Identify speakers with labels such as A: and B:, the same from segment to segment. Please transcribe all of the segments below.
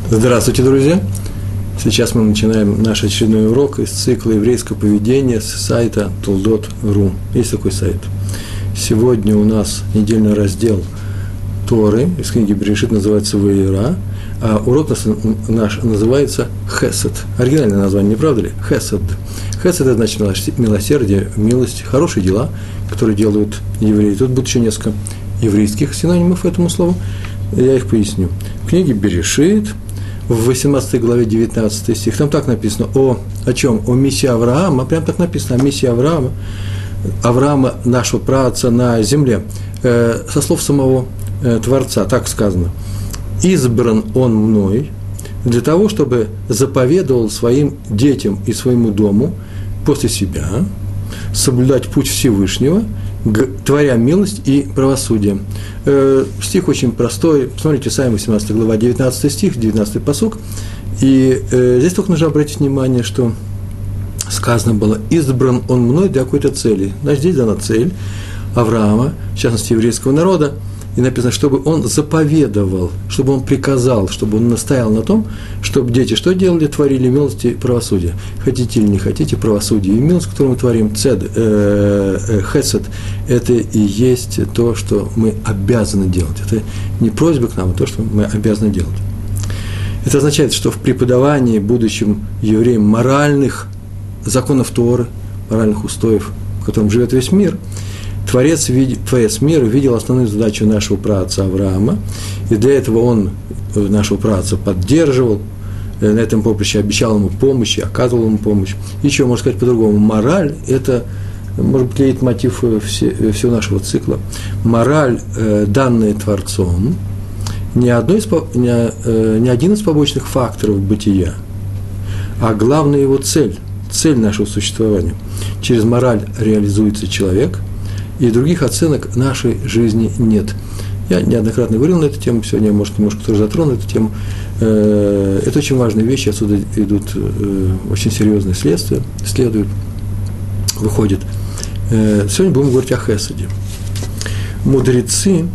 A: Здравствуйте, друзья! Сейчас мы начинаем наш очередной урок из цикла еврейского поведения с сайта Толдот.ру. Есть такой сайт. Сегодня у нас недельный раздел Торы из книги Берешит, называется Ваера, а урок наш называется Хесед. Оригинальное название, не правда ли? Хесед. Хесед – это значит милосердие, милость, хорошие дела, которые делают евреи. Тут будет еще несколько еврейских синонимов этому слову. Я их поясню. В книге Берешит, в 18 главе 19 стих, там так написано о чем? О миссии Авраама, прям так написано, о миссии Авраама, нашего праотца на земле, со слов самого Творца, так сказано. «Избран он мной для того, чтобы заповедовал своим детям и своему дому после себя соблюдать путь Всевышнего, творя милость и правосудие». Стих очень простой. Посмотрите сами, 18 глава, 19 стих, 19 пасук. И здесь только нужно обратить внимание, что сказано было: «Избран он мной для какой-то цели». Значит, здесь дана цель Авраама, в частности, еврейского народа. И написано, чтобы он заповедовал, чтобы он приказал, чтобы он настоял на том, чтобы дети что делали? Творили милость и правосудие. Хотите или не хотите, правосудие и милость, которую мы творим, хесед, это и есть то, что мы обязаны делать. Это не просьба к нам, а то, что мы обязаны делать. Это означает, что в преподавании будущим евреям моральных законов Торы, моральных устоев, в котором живет весь мир, Творец мира видел основную задачу нашего праотца Авраама, и для этого он нашего праотца поддерживал, на этом поприще обещал ему помощь, оказывал ему помощь. Еще, можно сказать по-другому, мораль – это, может быть, лейтмотив всего нашего цикла. Мораль, данная Творцом, не один из побочных факторов бытия, а главная его цель нашего существования. Через мораль реализуется человек, и других оценок нашей жизни нет. Я неоднократно говорил на эту тему, сегодня я, может, немножко тоже затрону эту тему. Это очень важные вещи, отсюда идут очень серьезные следствия, выходят. Сегодня будем говорить о Хеседе. Мудрецы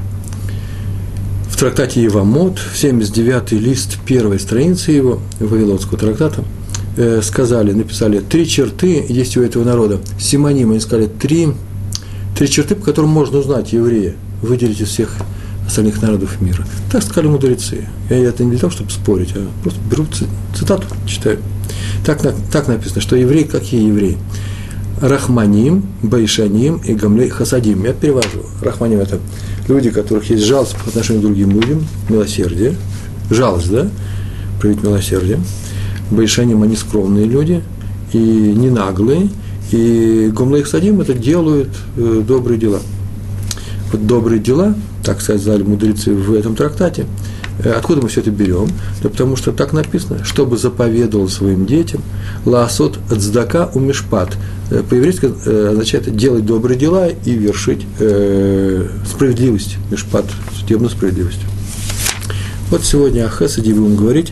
A: в трактате Евамот, 79-й лист, первой страницы его, Вавилонского трактата, написали, 3 черты есть у этого народа. Симоним, они сказали, три черты, по которым можно узнать еврея, выделить из всех остальных народов мира. Так сказали мудрецы. Я это не для того, чтобы спорить, а просто беру цитату, читаю. Так написано, что евреи, какие евреи? Рахманим, Байшаним и Гамлей Хасадим. Я перевожу. Рахманим – это люди, у которых есть жалость по отношению к другим людям, милосердие. Жалость, да? Проявить милосердие. Байшаним – они скромные люди и не наглые. И Гамлей Хасадим – это делают добрые дела. Вот добрые дела, так сказали мудрецы в этом трактате. Откуда мы все это берем? Да потому что так написано, чтобы заповедовал своим детям лаасот цдака у мишпат. По-еврейски означает делать добрые дела и вершить справедливость, мишпат, судебную справедливость. Вот сегодня о Хеседе будем говорить,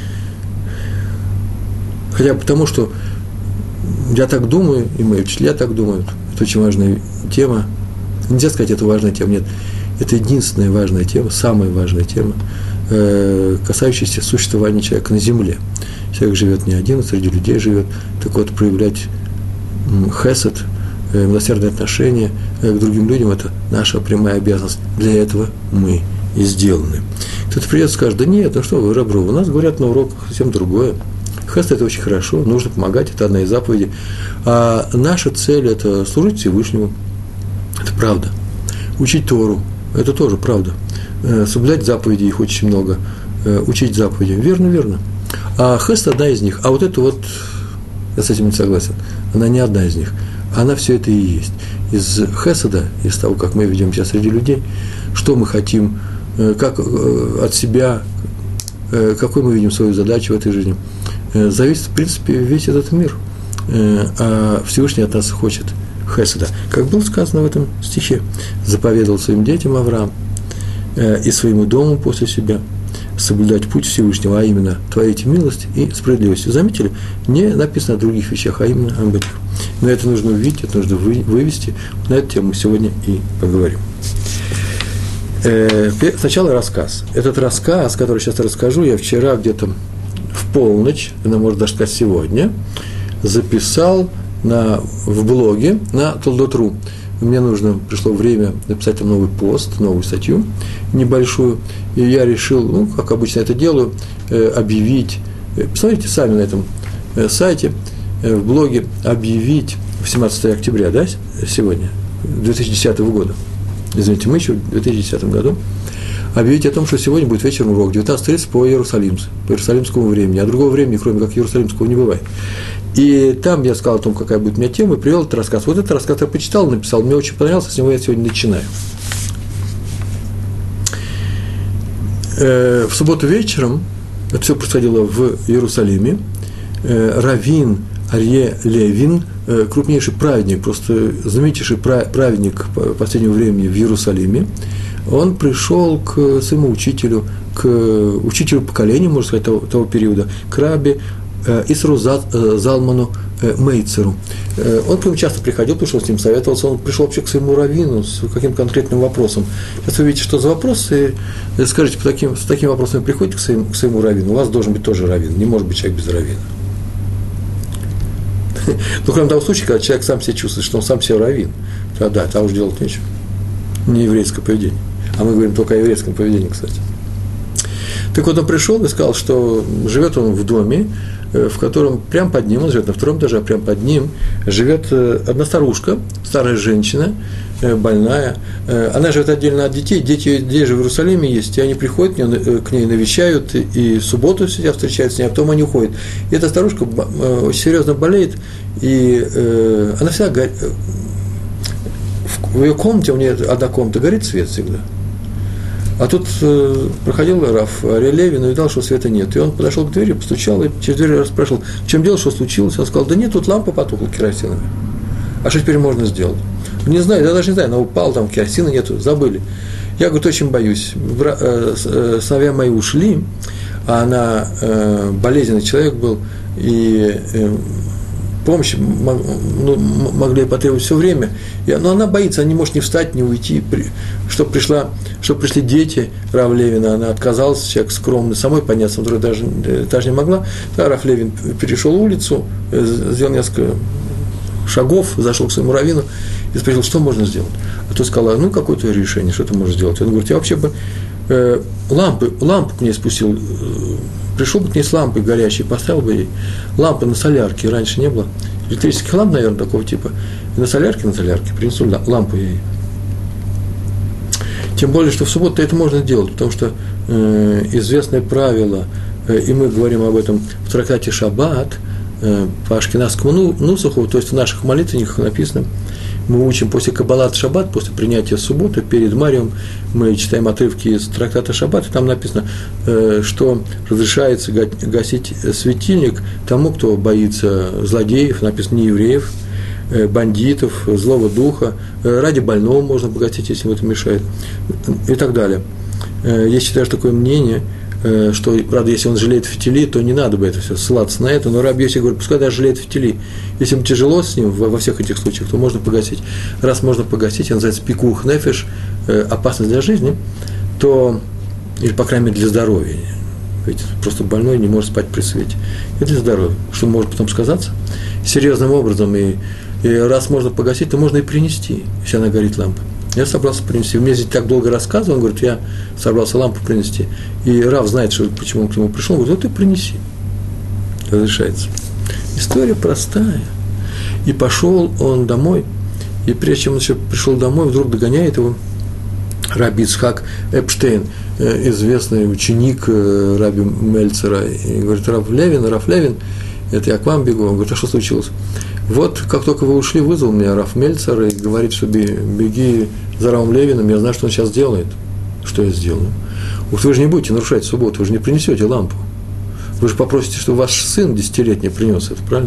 A: хотя потому что я так думаю, и мои учителя так думают, это очень важная тема. Нельзя сказать, это важная тема, нет. Это единственная важная тема, самая важная тема, касающаяся существования человека на земле. Человек живет не один, среди людей живет. Так вот, проявлять хесед, милосердное отношение к другим людям – это наша прямая обязанность. Для этого мы и сделаны. Кто-то придет и скажет: да нет, ну что вы, Рабров, у нас говорят на уроках совсем другое. Хесед – это очень хорошо, нужно помогать, это одна из заповедей. А наша цель – это служить Всевышнему. Это правда. Учить Тору – это тоже правда. Соблюдать заповеди, их очень много. Учить заповеди – верно. А Хесед – одна из них. А вот это вот, я с этим не согласен, она не одна из них. Она все это и есть. Из Хеседа, из того, как мы ведем себя среди людей, что мы хотим, как от себя, какой мы видим свою задачу в этой жизни, зависит, в принципе, весь этот мир. А Всевышний от нас хочет Хеседа. Как было сказано в этом стихе: заповедовал своим детям Авраам и своему дому после себя соблюдать путь Всевышнего, а именно творить милость и справедливость. Заметили? Не написано о других вещах, а именно об этих. Но это нужно увидеть, это нужно вывести. На эту тему мы сегодня и поговорим. Сначала рассказ. Этот рассказ, который сейчас расскажу, я вчера где-то в полночь, она может даже сказать сегодня, записал в блоге на Толдот.ру. Мне пришло время написать там новый пост, новую статью небольшую, и я решил, как обычно это делаю, объявить, посмотрите сами на этом сайте, в блоге, объявить 17 октября, да, сегодня, 2010 года, извините, мы еще в 2010 году, объявить о том, что сегодня будет вечером урок, 19:30 по иерусалимскому времени, а другого времени, кроме как иерусалимского, не бывает. И там я сказал о том, какая будет у меня тема, и привел этот рассказ. Вот этот рассказ я почитал, написал, мне очень понравился, с него я сегодня начинаю. В субботу вечером, это все происходило в Иерусалиме, раввин Арье Левин, крупнейший праведник, просто знаменитейший праведник последнего времени в Иерусалиме, он пришел к своему учителю, к учителю поколения, можно сказать, того периода, к рабби Исру Залману Мейцеру. Он к нему часто приходил, потому что он с ним советовался, он пришел вообще к своему раввину с каким-то конкретным вопросом. Сейчас вы видите, что за вопросы, и скажите, с такими вопросами приходите к своему раввину, у вас должен быть тоже раввин, не может быть человек без раввина. Ну, кроме того случая, когда человек сам себя чувствует, что он сам себе раввин, тогда уж делать нечего. Не еврейское поведение. А мы говорим только о еврейском поведении, кстати. Так вот, он пришел и сказал, что живет он в доме, в котором прямо под ним, он живет на втором этаже, а прямо под ним живет одна старушка, старая женщина, больная. Она живет отдельно от детей, дети здесь же в Иерусалиме есть, и они приходят к ней, навещают, и в субботу сидят, встречаются с ней, а потом они уходят. И эта старушка очень серьезно болеет, и она всегда в ее комнате, у нее одна комната, горит свет всегда. А тут проходил Рав Арье Левин и увидел, что света нет. И он подошел к двери, постучал и через дверь расспрашивал, в чем дело, что случилось. Он сказал, да нет, тут лампа потухла керосиновая. А что теперь можно сделать? Не знаю, я даже не знаю, она упала, там керосина нету, забыли. Я, говорит, очень боюсь. Сыновья мои ушли, а она болезненный человек был, и помощи могли потребовать все время. Но она боится, она не может не встать, не уйти. Чтобы пришли дети Рава Левина, она отказалась, человек скромный, самой подняться, на другой даже не могла. Да, Рав Левин перешел улицу, сделал несколько шагов, зашел к своему раввину и спросил, что можно сделать. А тот сказал, какое-то решение, что ты можешь сделать. Он говорит, я вообще бы лампу к ней спустил, пришел бы к ней с лампой горящей, поставил бы ей лампы на солярке, раньше не было электрических ламп, наверное, такого типа, и на солярке принесу лампу ей. Тем более, что в субботу это можно делать, потому что известное правило, и мы говорим об этом в трактате «Шаббат», по ашкеназскому нусаху, то есть в наших молитвенниках написано, мы учим после Каббалат Шаббат, после принятия субботы, перед Марием, мы читаем отрывки из трактата Шаббат, и там написано, что разрешается гасить светильник тому, кто боится злодеев, написано не евреев, бандитов, злого духа, ради больного можно погасить, если ему это мешает, и так далее. Есть даже такое мнение, что, правда, если он жалеет фитили, то не надо бы это все ссылаться на это, но Рав Йоси говорит, пускай даже жалеет фитили. Если ему тяжело с ним во всех этих случаях, то можно погасить. Раз можно погасить, это называется пикух нефеш, опасность для жизни, то, или, по крайней мере, для здоровья. Ведь просто больной не может спать при свете. Это для здоровья. Что может потом сказаться? Серьезным образом, и раз можно погасить, то можно и принести, если она горит лампа. Я собрался принести. Мне здесь так долго рассказывал, он говорит, я собрался лампу принести. И Рав знает, почему он к нему пришел, он говорит, вот ты принеси. Разрешается. История простая. И пошел он домой, и прежде чем он еще пришел домой, вдруг догоняет его Раби Ицхак Эпштейн, известный ученик Раби Мельцера, и говорит, Рав Левин, это я к вам бегу. Он говорит, а что случилось? Вот, как только вы ушли, вызвал меня Рав Мельцер и говорит, что беги за Равом Левиным, я знаю, что он сейчас делает. Что я сделаю? Уж вы же не будете нарушать субботу, вы же не принесете лампу. Вы же попросите, чтобы ваш сын 10-летний принес это, правильно?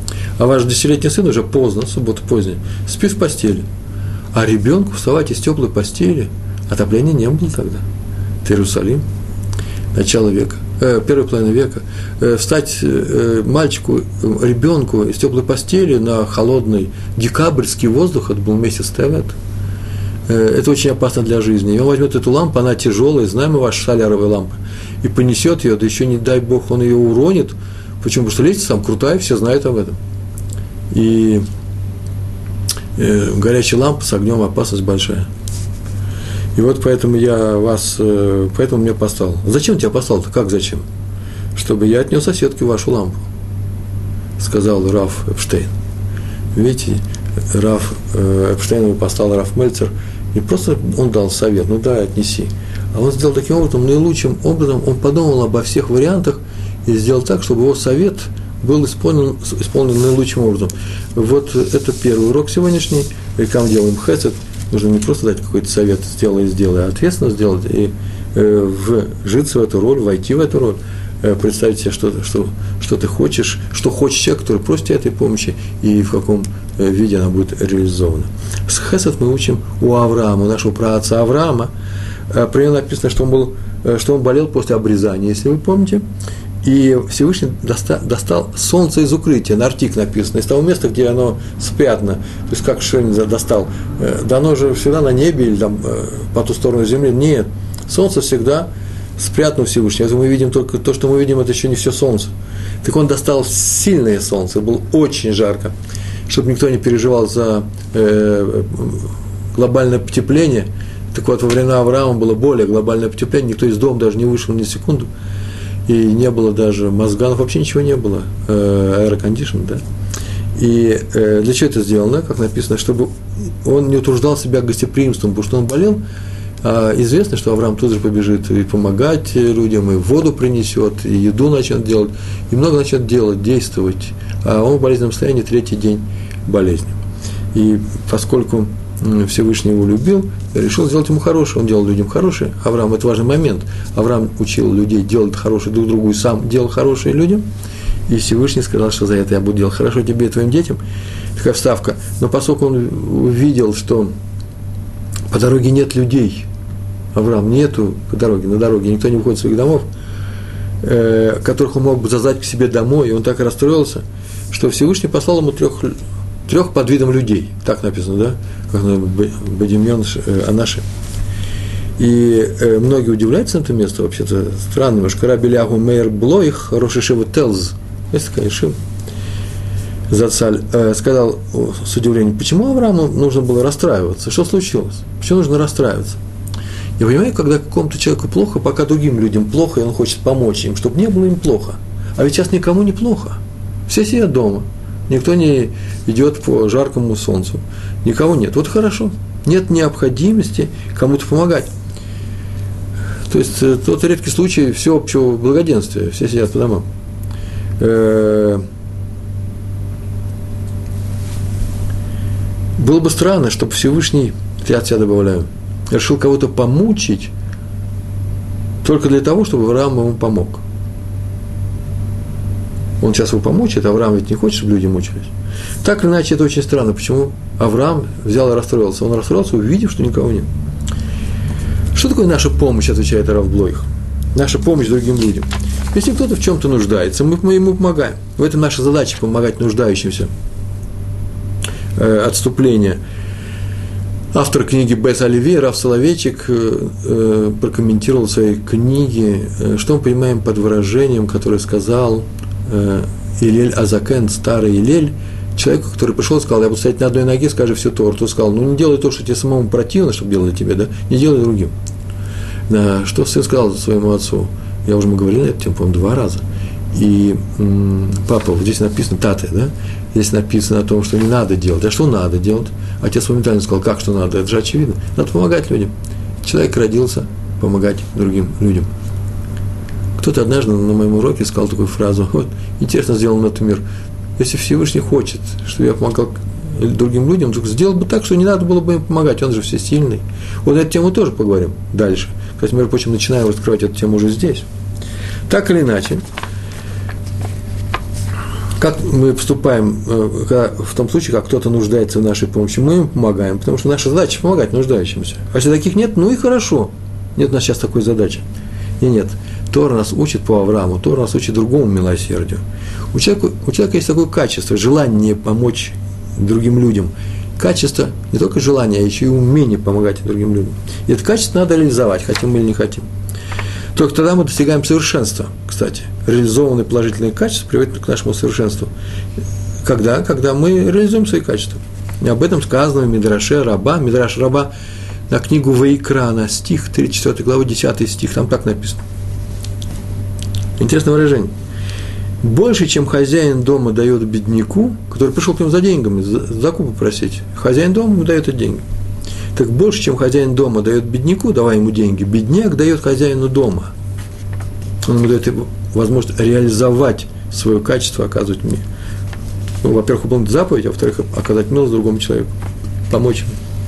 A: А ваш 10-летний сын уже поздно, суббота поздняя, спит в постели. А ребенку вставать из теплой постели, отопления не было тогда. Это Иерусалим, начало века. Первой половины века, встать мальчику, ребенку из теплой постели на холодный декабрьский воздух, это был месяц Тевет, это очень опасно для жизни. И он возьмет эту лампу, она тяжелая, знаем мы ваши соляровые лампы, и понесет ее, да еще не дай Бог он ее уронит. Почему? Потому что лестница там крутая, все знают об этом. И горячая лампа с огнем, опасность большая. И вот поэтому поэтому меня послал. Зачем тебя послал-то? Как зачем? Чтобы я отнес соседке вашу лампу, сказал Рав Эпштейн. Видите, Рав Эпштейн его послал Рав Мельцер, не просто он дал совет, ну да, отнеси, а он сделал таким образом, наилучшим образом, он подумал обо всех вариантах и сделал так, чтобы его совет был исполнен наилучшим образом. Вот это первый урок сегодняшний, и когда мы делаем хесед, нужно не просто дать какой-то совет, сделай, а ответственно сделать, и вжиться в эту роль, войти в эту роль, представить себе, что ты хочешь, что хочет человек, который просит тебя этой помощи, и в каком виде она будет реализована. С хесед мы учим у Авраама, у нашего праотца Авраама. Примерно написано, что он болел после обрезания, если вы помните, и Всевышний достал солнце из укрытия, нартик написано, из того места, где оно спрятано, то есть как Шень достал, да оно же всегда на небе или там по ту сторону земли, нет, солнце всегда спрятано Всевышнего, если мы видим только то, что мы видим, это еще не все солнце, так он достал сильное солнце, было очень жарко, чтобы никто не переживал за глобальное потепление. Так вот, во времена Авраама было более глобальное потепление, никто из дома даже не вышел ни секунду, и не было даже мозганов, вообще ничего не было, аэрокондишн, да. И для чего это сделано, как написано, чтобы он не утруждал себя гостеприимством, потому что он болел, а известно, что Авраам тут же побежит и помогать людям, и воду принесет, и еду начнет делать, и много начнет делать, действовать, а он в болезненном состоянии третий день болезни. И поскольку Всевышний его любил, решил сделать ему хорошее, он делал людям хорошее. Авраам – это важный момент. Авраам учил людей делать хорошее друг другу и сам делал хорошее людям. И Всевышний сказал, что за это я буду делать хорошо тебе и твоим детям. Такая вставка. Но поскольку он увидел, что по дороге нет людей, Авраам нету по дороге, на дороге никто не выходит из своих домов, которых он мог бы зазвать к себе домой, и он так и расстроился, что Всевышний послал ему трех подвидом людей, так написано, да, как Бадимьон Анаши. И многие удивляются на это место, вообще-то странно, немножко Раби Лягу Мейер Блоих, Рош Ешива Телз, есть такая ешива, Зацаль, сказал с удивлением, почему Аврааму нужно было расстраиваться, что случилось, почему нужно расстраиваться? Я понимаю, когда какому-то человеку плохо, пока другим людям плохо, и он хочет помочь им, чтобы не было им плохо, а ведь сейчас никому не плохо, все сидят дома. Никто не идет по жаркому солнцу. Никого нет. Вот хорошо. Нет необходимости кому-то помогать. То есть, тот редкий случай всеобщего благоденствия. Все сидят по домам. Было бы странно, чтобы Всевышний, я от себя добавляю, решил кого-то помучить только для того, чтобы Авраам ему помог. Он сейчас его помучит, Авраам ведь не хочет, чтобы люди мучились. Так или иначе, это очень странно. Почему Авраам взял и расстроился? Он расстроился, увидев, что никого нет. Что такое наша помощь, отвечает Рав Блоих? Наша помощь другим людям. Если кто-то в чем-то нуждается, мы ему помогаем. В этом наша задача – помогать нуждающимся. Отступление. Автор книги Бес Оливье, Рав Соловейчик, прокомментировал в своей книге, что мы понимаем под выражением, которое сказал Илель Азакен, старый Илель, человеку, который пришел и сказал, я буду стоять на одной ноге, скажи всю Тору. Тот сказал, ну не делай то, что тебе самому противно, чтобы делали тебе, да, не делай другим. Да, что сын сказал своему отцу? Я уже мы говорили на эту тему, по-моему, 2 раза. И папа, вот здесь написано таты, да, здесь написано о том, что не надо делать. А что надо делать? Отец моментально сказал, как что надо? Это же очевидно. Надо помогать людям. Человек родился помогать другим людям. Кто-то однажды на моем уроке сказал такую фразу, вот, интересно сделан этот мир. Если Всевышний хочет, чтобы я помогал другим людям, то сделал бы так, что не надо было бы им помогать, он же всесильный. Вот эту тему тоже поговорим дальше. Кстати, между прочим, начинаем раскрывать эту тему уже здесь. Так или иначе, как мы поступаем в том случае, как кто-то нуждается в нашей помощи, мы им помогаем, потому что наша задача – помогать нуждающимся. А если таких нет, ну и хорошо. Нет у нас сейчас такой задачи. Нет. Тора нас учит по Аврааму, Тора нас учит другому милосердию. У человека есть такое качество, желание помочь другим людям. качество, не только желание, а еще и умение помогать другим людям. И это качество надо реализовать, хотим мы или не хотим. Только тогда мы достигаем совершенства, кстати. Реализованные положительные качества приводят к нашему совершенству. Когда? Когда мы реализуем свои качества. И об этом сказано в Мидраше Раба. Мидраш Раба на книгу Ваикра, на стих 34 главы, 10 стих, там так написано. Интересное выражение. Больше, чем хозяин дома дает бедняку, который пришел к нему за деньгами, закупы просить, хозяин дома ему дает эти деньги. Так больше, чем хозяин дома дает бедняку, давая ему деньги, бедняк дает хозяину дома. Он ему дает возможность реализовать свое качество, оказывать мне. Ну, во-первых, выполнить заповедь, а во-вторых, оказать милость другому человеку, помочь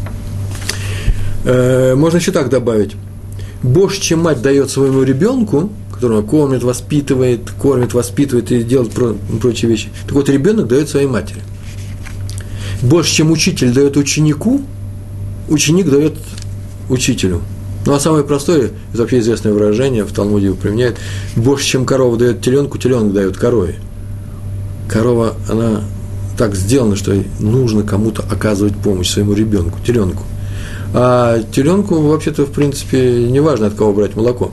A: ему. Можно еще так добавить. Больше, чем мать дает своему ребенку, которого кормит, воспитывает и делает прочие вещи. Так вот, ребенок дает своей матери. Больше, чем учитель дает ученику, ученик дает учителю. Ну, а самое простое, это вообще известное выражение, в Талмуде его применяют, больше, чем корова дает теленку, теленок дает корове. Корова, она так сделана, что нужно кому-то оказывать помощь своему ребенку, теленку. А теленку, вообще-то, в принципе, не важно, от кого брать молоко.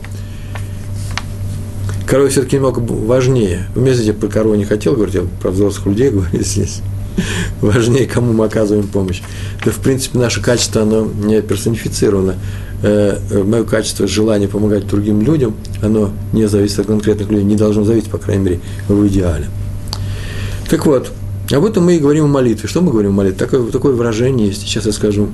A: Корове все-таки немного важнее. Вы мне, кстати, про корову не хотел говорить, я про взрослых людей говорю здесь. Важнее, кому мы оказываем помощь. Да, в принципе, наше качество, оно не персонифицировано. Мое качество, желание помогать другим людям, оно не зависит от конкретных людей, не должно зависеть, по крайней мере, в идеале. Так вот, об этом мы и говорим в молитве. Что мы говорим в молитве? Такое выражение есть, сейчас я скажу.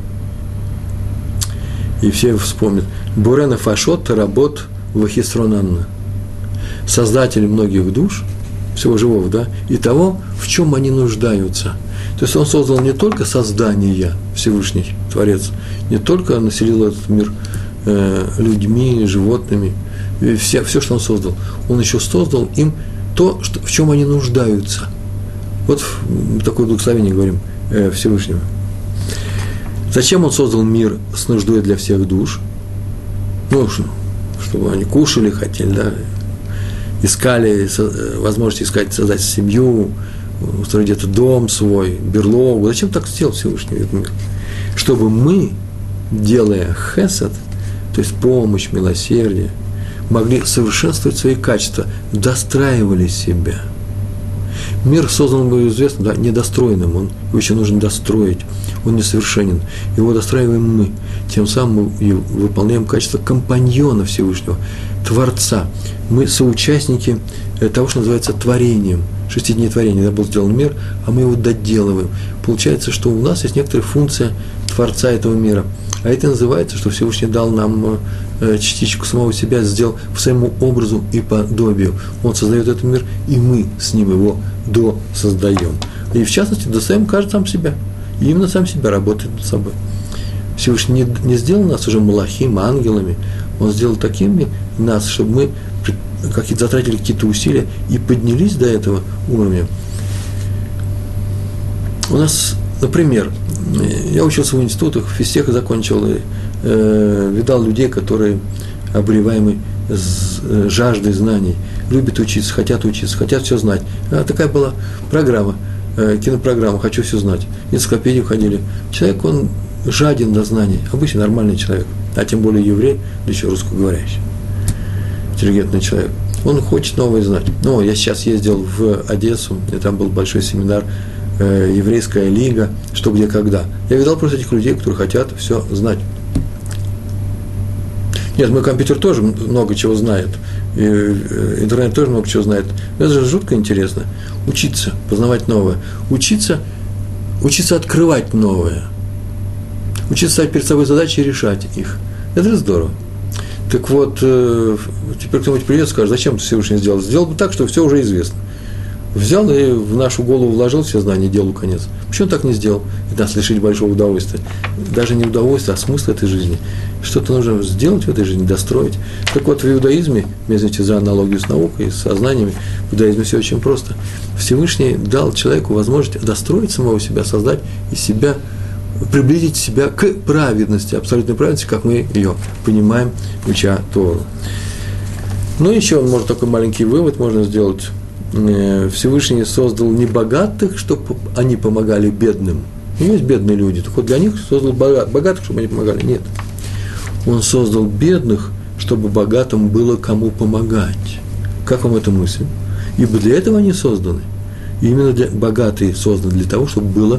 A: И все вспомнят. Бурена фашот работ вахисронанна. Создатель многих душ, всего живого, да, и того, в чем они нуждаются. То есть он создал не только создание, Всевышний Творец, не только населил этот мир людьми, животными, все, что он создал. Он еще создал им то, в чем они нуждаются. Вот такое благословение говорим Всевышнему. Зачем он создал мир с нуждой для всех душ? Ну, чтобы они кушали, хотели, да, искали возможность искать, создать семью, устроить где-то дом свой, берлогу. Зачем так сделал Всевышний этот мир? Чтобы мы, делая хесед, то есть помощь, милосердие, могли совершенствовать свои качества, достраивали себя. Мир создан, было известно, да, недостроенным, его еще нужно достроить, он несовершенен, его достраиваем мы, тем самым мы выполняем качество компаньона Всевышнего, Творца. Мы соучастники того, что называется творением, 6 дней творения, да, был сделан мир, а мы его доделываем. Получается, что у нас есть некоторая функция Творца этого мира, а это называется, что Всевышний дал нам частичку самого себя, сделал по своему образу и подобию. Он создает этот мир, и мы с ним его досоздаем. И в частности, достаем каждый сам себя. И именно сам себя работает над собой. Всевышний не сделал нас уже малахим, ангелами. Он сделал такими нас, чтобы мы затратили какие-то усилия и поднялись до этого уровня. У нас, например, я учился в институтах, в физтех закончил, и видал людей, которые обуреваемы жаждой знаний, любят учиться, хотят все знать. Такая была программа, кинопрограмма «Хочу все знать». В энциклопедию ходили. Человек, он жаден до знаний, обычно нормальный человек, а тем более еврей, да еще русскоговорящий, интеллигентный человек. Он хочет новое знать. Но я сейчас ездил в Одессу, и там был большой семинар «Еврейская лига», что, где, когда. Я видал просто этих людей, которые хотят все знать. Нет, мой компьютер тоже много чего знает, и интернет тоже много чего знает. Это же жутко интересно. Учиться, познавать новое. Учиться открывать новое. Учиться ставить перед собой задачи и решать их. Это же здорово. Так вот, теперь кто-нибудь придет и скажет, зачем ты Всевышний сделал? Сделал бы так, что все уже известно. Взял и в нашу голову вложил все знания, делу конец. Почему он так не сделал? И нас лишить большого удовольствия. Даже не удовольствия, а смысла этой жизни. Что-то нужно сделать в этой жизни, достроить. Так вот, в иудаизме, извините за аналогию с наукой, с знаниями, в иудаизме все очень просто. Всевышний дал человеку возможность достроить самого себя, создать из себя, приблизить себя к праведности, абсолютной праведности, как мы ее понимаем, уча Тору. Ну, еще может такой маленький вывод можно сделать. Всевышний создал не богатых, чтобы они помогали бедным. Есть бедные люди, так вот для них создал богатых, чтобы они помогали. Нет. Он создал бедных, чтобы богатым было кому помогать. Как вам эта мысль? Ибо для этого они созданы. И именно богатые созданы для того, чтобы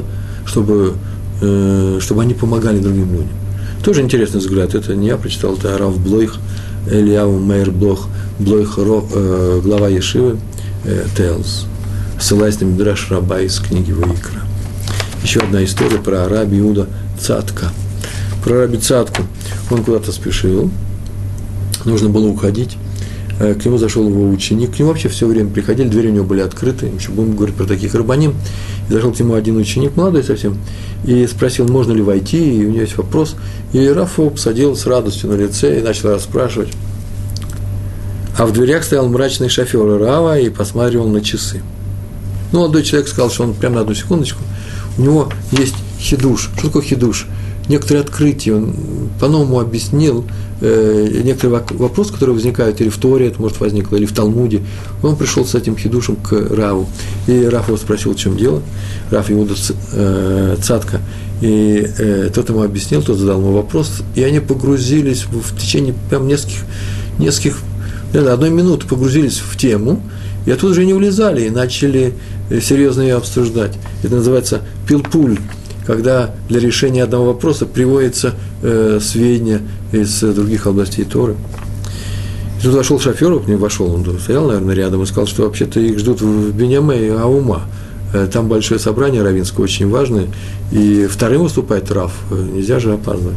A: они помогали другим людям. Тоже интересный взгляд. Это не я прочитал, это Рав Блойх, Элияу Мейер Блойх, глава Ешивы Телс, ссылаясь на Мидраш Раба из книги Ваикра. Еще одна история про раби Иуда Цатка. Про раби Цатку. Он куда-то спешил, нужно было уходить. К нему зашел его ученик. К нему вообще все время приходили, двери у него были открыты. Еще будем говорить про таких рабаним. И зашел к нему один ученик, молодой совсем, и спросил, можно ли войти, и у него есть вопрос. И Раф его посадил с радостью на лице и начал расспрашивать. А в дверях стоял мрачный шофер Рава и посматривал на часы. Ну, молодой человек сказал, что он прямо на одну секундочку, у него есть хидуш. Что такое хидуш? Некоторые открытия, он по-новому объяснил некоторые вопросы, которые возникают, или в Торе это может возникло, или в Талмуде. Он пришел с этим хидушем к Раву, и Рав его спросил, в чем дело. Рав Иуда Цатка, и тот ему объяснил, тот задал ему вопрос, и они погрузились в течение прям нескольких, одной минуты погрузились в тему, и оттуда уже не влезали, и начали серьезно ее обсуждать. Это называется пилпуль, когда для решения одного вопроса приводятся сведения из других областей Торы. И тут вошел шофер, к нему вошел, он стоял, наверное, рядом, и сказал, что вообще-то их ждут в Биньяме Аума. Там большое собрание раввинское, очень важное, и вторым выступает Рав, нельзя же опаздывать.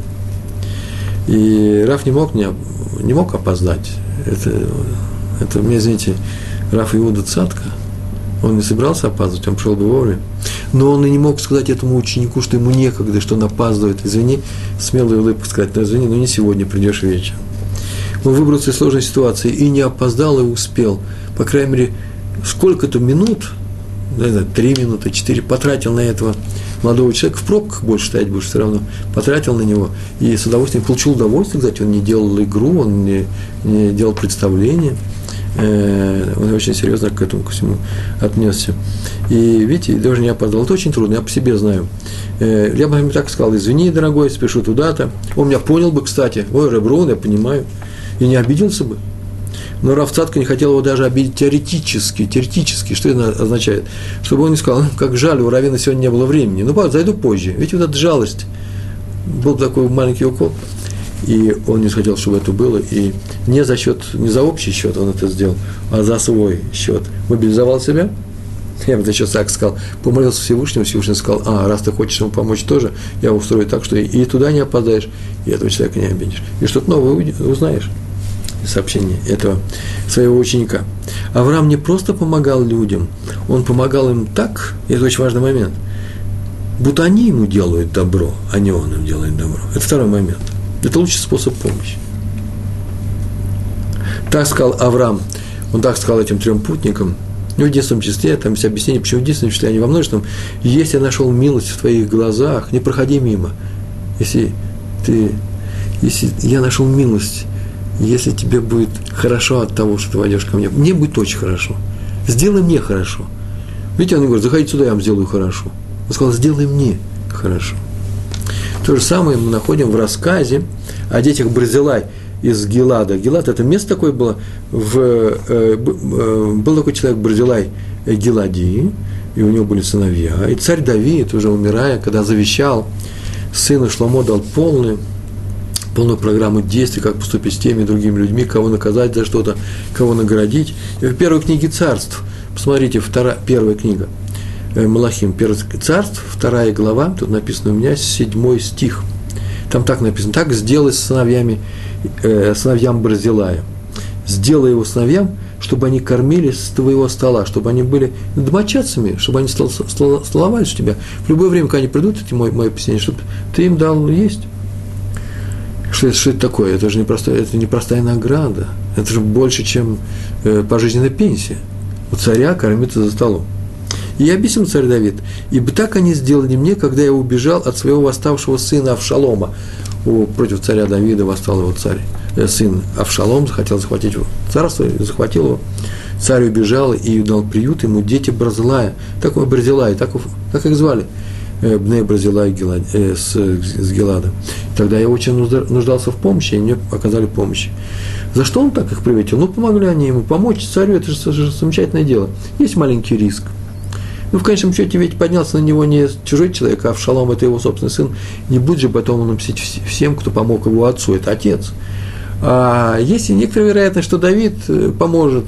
A: И Рав не мог опоздать. Это мне, извините, Рав Иуда Цатка, он не собирался опаздывать, он пришел бы вовремя. Но он и не мог сказать этому ученику, что ему некогда, что он опаздывает. Извини, смелой улыбкой сказать, но извини, но не сегодня, придешь вечером. Он выбрался из сложной ситуации и не опоздал, и успел. По крайней мере, сколько-то минут, 3 минуты, 4, потратил на этого молодого человека, в пробках больше стоять будешь все равно, потратил на него, и с удовольствием получил удовольствие, кстати, он не делал игру, он не делал представление. Он очень серьезно к этому, ко всему отнесся. И, видите, даже не опоздал. Это очень трудно, я по себе знаю. Я бы ему так сказал, извини, дорогой, спешу туда-то. Он меня понял бы, кстати. Ой, Реброн, я понимаю. И не обиделся бы. Но Рав Цатка не хотел его даже обидеть теоретически. Что это означает? Чтобы он не сказал, как жаль, у раввина сегодня не было времени. Ну, зайду позже. Ведь вот эта жалость. Был такой маленький укол. И он не хотел, чтобы это было, и не за общий счет он это сделал, а за свой счет. Мобилизовал себя, я бы еще так сказал, помолился Всевышнему, Всевышний сказал, раз ты хочешь ему помочь тоже, я устрою так, что и туда не опоздаешь, и этого человека не обидишь. И что-то новое узнаешь из сообщения этого своего ученика. Авраам не просто помогал людям, он помогал им так, и это очень важный момент, будто они ему делают добро, а не он им делает добро. Это второй момент. Это лучший способ помощи. Так сказал Авраам, он так сказал этим 3 путникам, в 11 числе, там есть объяснение, почему в 11 числе, а не во множественном, если я нашел милость в твоих глазах, не проходи мимо. Если я нашел милость, если тебе будет хорошо от того, что ты войдешь ко мне, мне будет очень хорошо. Сделай мне хорошо. Видите, он говорит, заходите сюда, я вам сделаю хорошо. Он сказал, сделай мне хорошо. То же самое мы находим в рассказе о детях Барзилай из Гилада. Гилад – это место такое было, был такой человек Барзилай Гилади, и у него были сыновья. И царь Давид, уже умирая, когда завещал, сыну Шломо дал полную программу действий, как поступить с теми и другими людьми, кого наказать за что-то, кого наградить. И в первой книге царств, посмотрите, первая книга, Малахим, 1 царств, 2 глава, тут написано у меня 7 стих. Там так написано, так сделай с сыновьям Барзилая. Сделай его сыновьям, чтобы они кормили с твоего стола, чтобы они были домочадцами, чтобы они столовались у тебя. В любое время, когда они придут, это мое объяснение, чтобы ты им дал есть. Что это такое? Это же не простая награда. Это же больше, чем пожизненная пенсия. У царя кормиться за столом. И объяснил царь Давид, ибо так они сделали мне, когда я убежал от своего восставшего сына Авшалома. Против царя Давида восстал его сын Авшалом, захотел захватить его царство, и захватил его. Царь убежал и дал приют ему дети Барзилая, так их звали. Бней Барзила с Гилада. Тогда я очень нуждался в помощи, и мне оказали помощь. За что он так их приветил? Ну, помогли они ему. Помочь царю – это же замечательное дело. Есть маленький риск. Ну, в конечном счете, ведь поднялся на него не чужой человек, а Авшалом – это его собственный сын. Не будет же потом он мстить всем, кто помог его отцу, это отец. А есть и некоторая вероятность, что Давид поможет,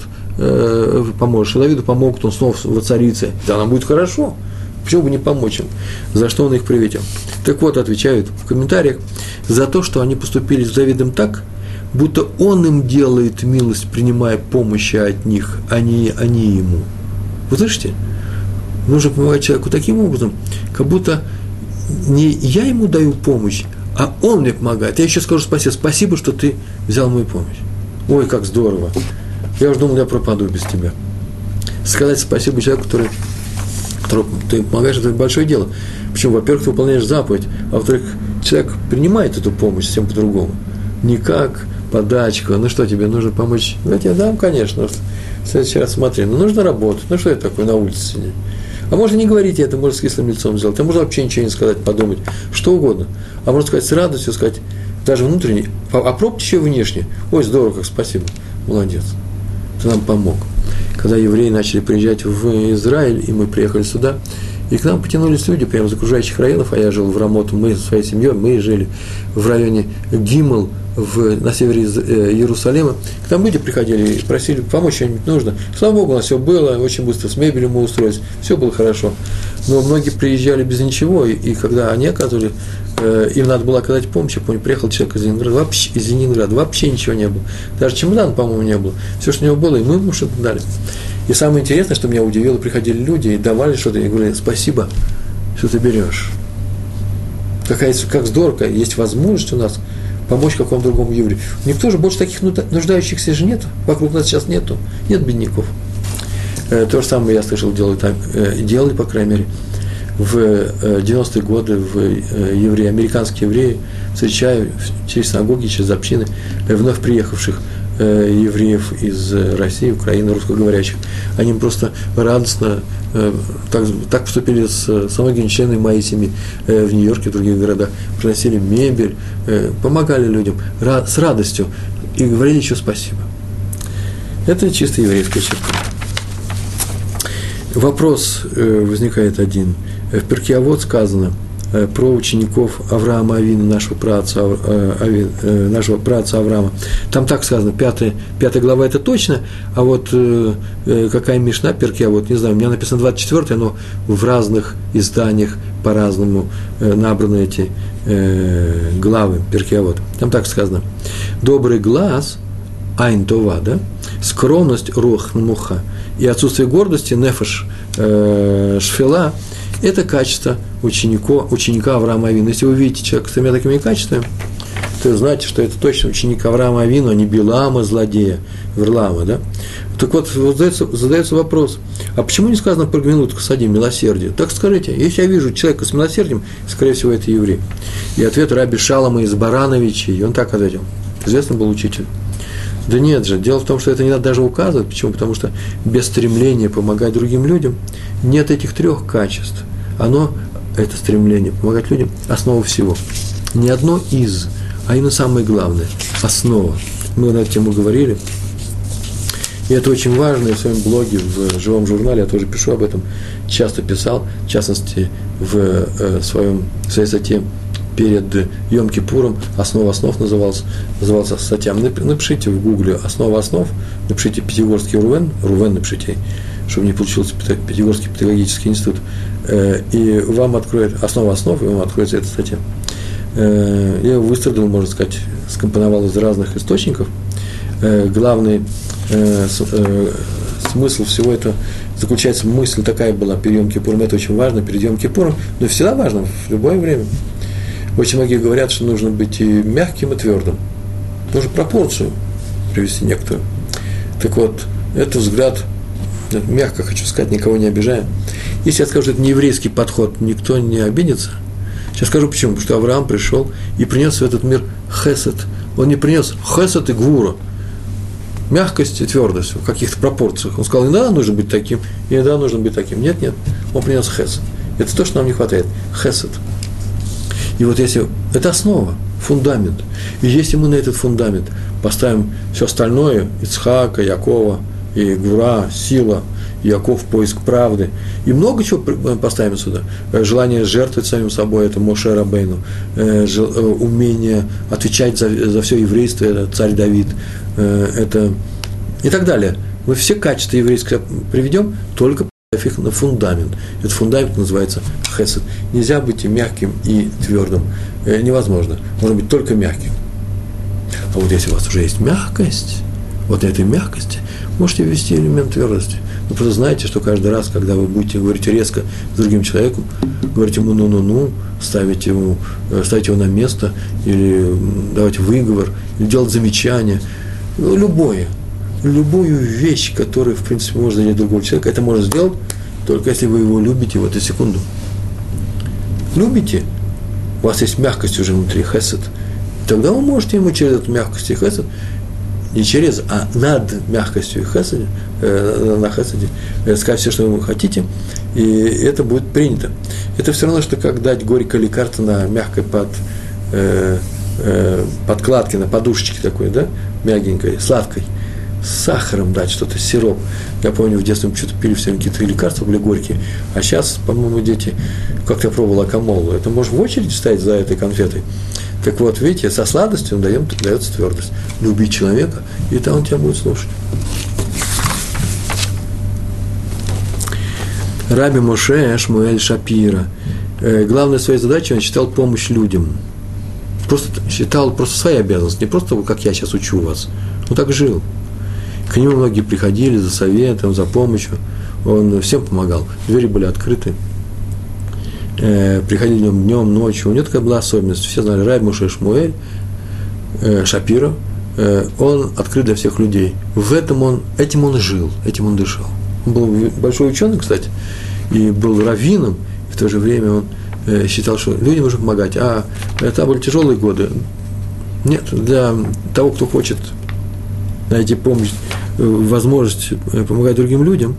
A: что Давиду помогут, он снова воцарится. Да, нам будет хорошо. Почему бы не помочь им? За что он их приветил? Так вот, отвечают в комментариях, за то, что они поступили с Давидом так, будто он им делает милость, принимая помощь от них, а не они ему. Вы слышите? Нужно помогать человеку таким образом, как будто не я ему даю помощь, а он мне помогает. Я еще скажу спасибо, что ты взял мою помощь. Ой, как здорово. Я уже думал, я пропаду без тебя. Сказать спасибо человеку, которому ты помогаешь, это большое дело. Причем, во-первых, ты выполняешь заповедь, а во-вторых, человек принимает эту помощь совсем по-другому. Не как подачку, ну что, тебе нужно помочь? Ну, я тебе дам, конечно. В следующий раз смотри, ну, нужно работать. Ну, что это такое, на улице сидеть? А можно не говорить это, можно с кислым лицом сделать. А можно вообще ничего не сказать, подумать, что угодно. А можно сказать с радостью, сказать, даже внутренне, а пробуйте еще внешне. Ой, здорово, как спасибо, молодец, ты нам помог. Когда евреи начали приезжать в Израиль, и мы приехали сюда, и к нам потянулись люди прямо из окружающих районов, а я жил в Рамот, мы со своей семьей, мы жили в районе Гимл, на севере Иерусалима. К нам люди приходили и просили, помочь что-нибудь нужно. Слава Богу, у нас все было, очень быстро с мебелью мы устроились, все было хорошо. Но многие приезжали без ничего, и когда они оказывали, им надо было оказать помощь, я помню, приехал человек из Ленинграда, вообще ничего не было. Даже чемодан, по-моему, не было. Все, что у него было, и мы ему что-то дали. И самое интересное, что меня удивило, приходили люди и давали что-то, и говорили, спасибо, что ты берешь. Как здорово, есть возможность у нас помочь какому-то другому еврею. Никто же больше таких нуждающихся же нет. Вокруг нас сейчас нету. Нет бедняков. То же самое я слышал, делали, по крайней мере, в 90-е годы американские евреи, встречая через синагоги, через общины вновь приехавших евреев из России, Украины, русскоговорящих. Они просто радостно так поступили с многими членами моей семьи в Нью-Йорке, в других городах, приносили мебель, помогали людям с радостью и говорили еще спасибо. Это чисто еврейская черта. Вопрос возникает один. В Перкей Авот сказано про учеников Авраама Авину, нашего праотца Авраама. Там так сказано, 5 глава это точно, а вот какая Мишна Перкей Авот, не знаю, у меня написано 24, но в разных изданиях по-разному набраны эти главы Перкей Авот. Там так сказано, добрый глаз, айн това, да, скромность, рух нмуха, и отсутствие гордости, нефеш шфела, это качество ученика Авраама Авину. Если вы видите человека с тремя такими качествами, то знаете, что это точно ученик Авраама Авину, а не Билаама, злодея, Варлаама, да? Так вот, задается вопрос, а почему не сказано про гмилут хасадим, милосердие? Так скажите, если я вижу человека с милосердием, скорее всего, это еврей. И ответ Раби Шалома из Барановича, и он так ответил, известный был учитель. Да нет же, дело в том, что это не надо даже указывать. Почему? Потому что без стремления помогать другим людям нет этих трех качеств. Это стремление помогать людям, основа всего. Не одно из, а именно самое главное, основа. Мы на эту тему говорили. И это очень важно, я в своем блоге, в живом журнале, я тоже пишу об этом, часто писал, в частности, в своей статье перед Йом-Кипуром, «Основа основ» назывался статья. Напишите в Гугле «Основа основ», напишите «Пятигорский Рувен» напишите, чтобы не получился Пятигорский педагогический институт, и вам откроет «Основа основ», и вам откроется эта статья. Я его выстрадал, можно сказать, скомпоновал из разных источников. Главный смысл всего этого заключается, мысль такая была перед Йом-Кипуром, это очень важно, перед Йом-Кипуром, но всегда важно, в любое время. Очень многие говорят, что нужно быть и мягким, и твердым. Нужно пропорцию привести некоторую. Так вот, это взгляд, мягко хочу сказать, никого не обижая. Если я скажу, что это не еврейский подход, никто не обидится. Сейчас скажу почему. Потому что Авраам пришел и принес в этот мир хесед. Он не принес хесед и гвура. Мягкость и твердость в каких-то пропорциях. Он сказал, иногда нужно быть таким, иногда нужно быть таким. Нет. Он принес хесед. Это то, что нам не хватает. Хесед. И вот если... Это основа, фундамент. И если мы на этот фундамент поставим все остальное, Ицхака, Якова, и Гвура, сила, Яков, поиск правды, и много чего поставим сюда. Желание жертвовать самим собой, это Моше Рабейну, умение отвечать за все еврейство, это царь Давид, это и так далее. Мы все качества еврейские приведем, только их на фундамент. Этот фундамент называется хесед. Нельзя быть и мягким, и твердым. Невозможно. Можно быть только мягким. А вот если у вас уже есть мягкость, вот на этой мягкости можете ввести элемент твердости. Вы просто знаете, что каждый раз, когда вы будете говорить резко с другим человеком, говорить ему ну-ну-ну, ставить его на место, или давать выговор, или делать замечание, любую вещь, которую, в принципе, можно занять другого человека, это можно сделать, только если вы его любите в эту секунду. Любите, у вас есть мягкость уже внутри, хесед, тогда вы можете ему через эту мягкость и хесед, не через, а над мягкостью и хеседе, на хеседе, сказать все, что вы хотите, и это будет принято. Это все равно, что как дать горькое лекарство на мягкой подкладке, на подушечке такой, да, мягенькой, сладкой, с сахаром дать что-то, сироп. Я помню, в детстве мы что-то пили все какие-то лекарства, были горькие, а сейчас, по-моему, дети, как-то я пробовал акамолу, это можно в очередь стоять за этой конфетой. Так вот, видите, со сладостью он дается твердость. Люби человека, и там он тебя будет слушать. Раби Моше Шмуэль Шапира. Главной своей задачей он считал помощь людям. Считал просто свои обязанности, не просто как я сейчас учу вас. Он так жил. К нему многие приходили за советом, за помощью. Он всем помогал. Двери были открыты. Приходили днем, ночью. У него такая была особенность. Все знали, Раби Моше Шмуэль Шапира, он открыт для всех людей. Этим он жил, этим он дышал. Он был большой ученый, кстати, и был раввином, и в то же время он считал, что людям нужно помогать. А это были тяжелые годы. Нет, для того, кто хочет найти помощь, возможность помогать другим людям,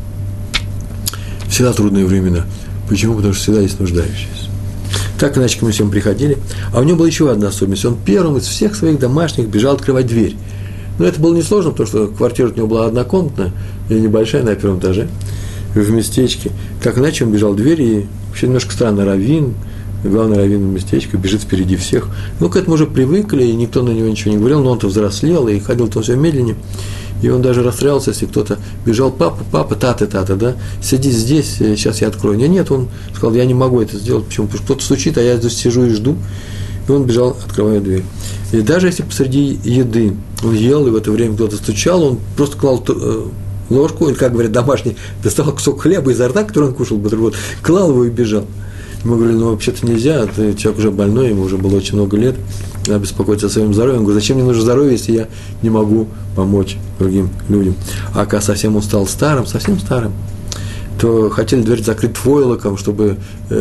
A: всегда трудные времена. Почему? Потому что всегда есть нуждающиеся. Так иначе к нему всем приходили. А у него была еще одна особенность. Он первым из всех своих домашних бежал открывать дверь. Но это было несложно, потому что квартира у него была однокомнатная, или небольшая, на первом этаже, в местечке. Так иначе он бежал в дверь, и вообще немножко странно, раввин, главный раввин местечка, бежит впереди всех. Ну, к этому уже привыкли, и никто на него ничего не говорил, но он-то взрослел, и ходил-то все медленнее. И он даже расстраивался, если кто-то бежал, папа, тата, да, сиди здесь, сейчас я открою. Нет, он сказал, я не могу это сделать. Почему? Потому что кто-то стучит, а я здесь сижу и жду. И он бежал, открывая дверь. И даже если посреди еды он ел, и в это время кто-то стучал, он просто клал ложку, или, как говорят домашние, доставал кусок хлеба изо рта, который он кушал, бутерброд, клал его и бежал. Мы говорили, ну, вообще-то нельзя, человек уже больной, ему уже было очень много лет, надо беспокоиться о своем здоровье. Он говорит, зачем мне нужно здоровье, если я не могу помочь другим людям? А когда совсем он стал совсем старым, то хотели дверь закрыть войлоком, чтобы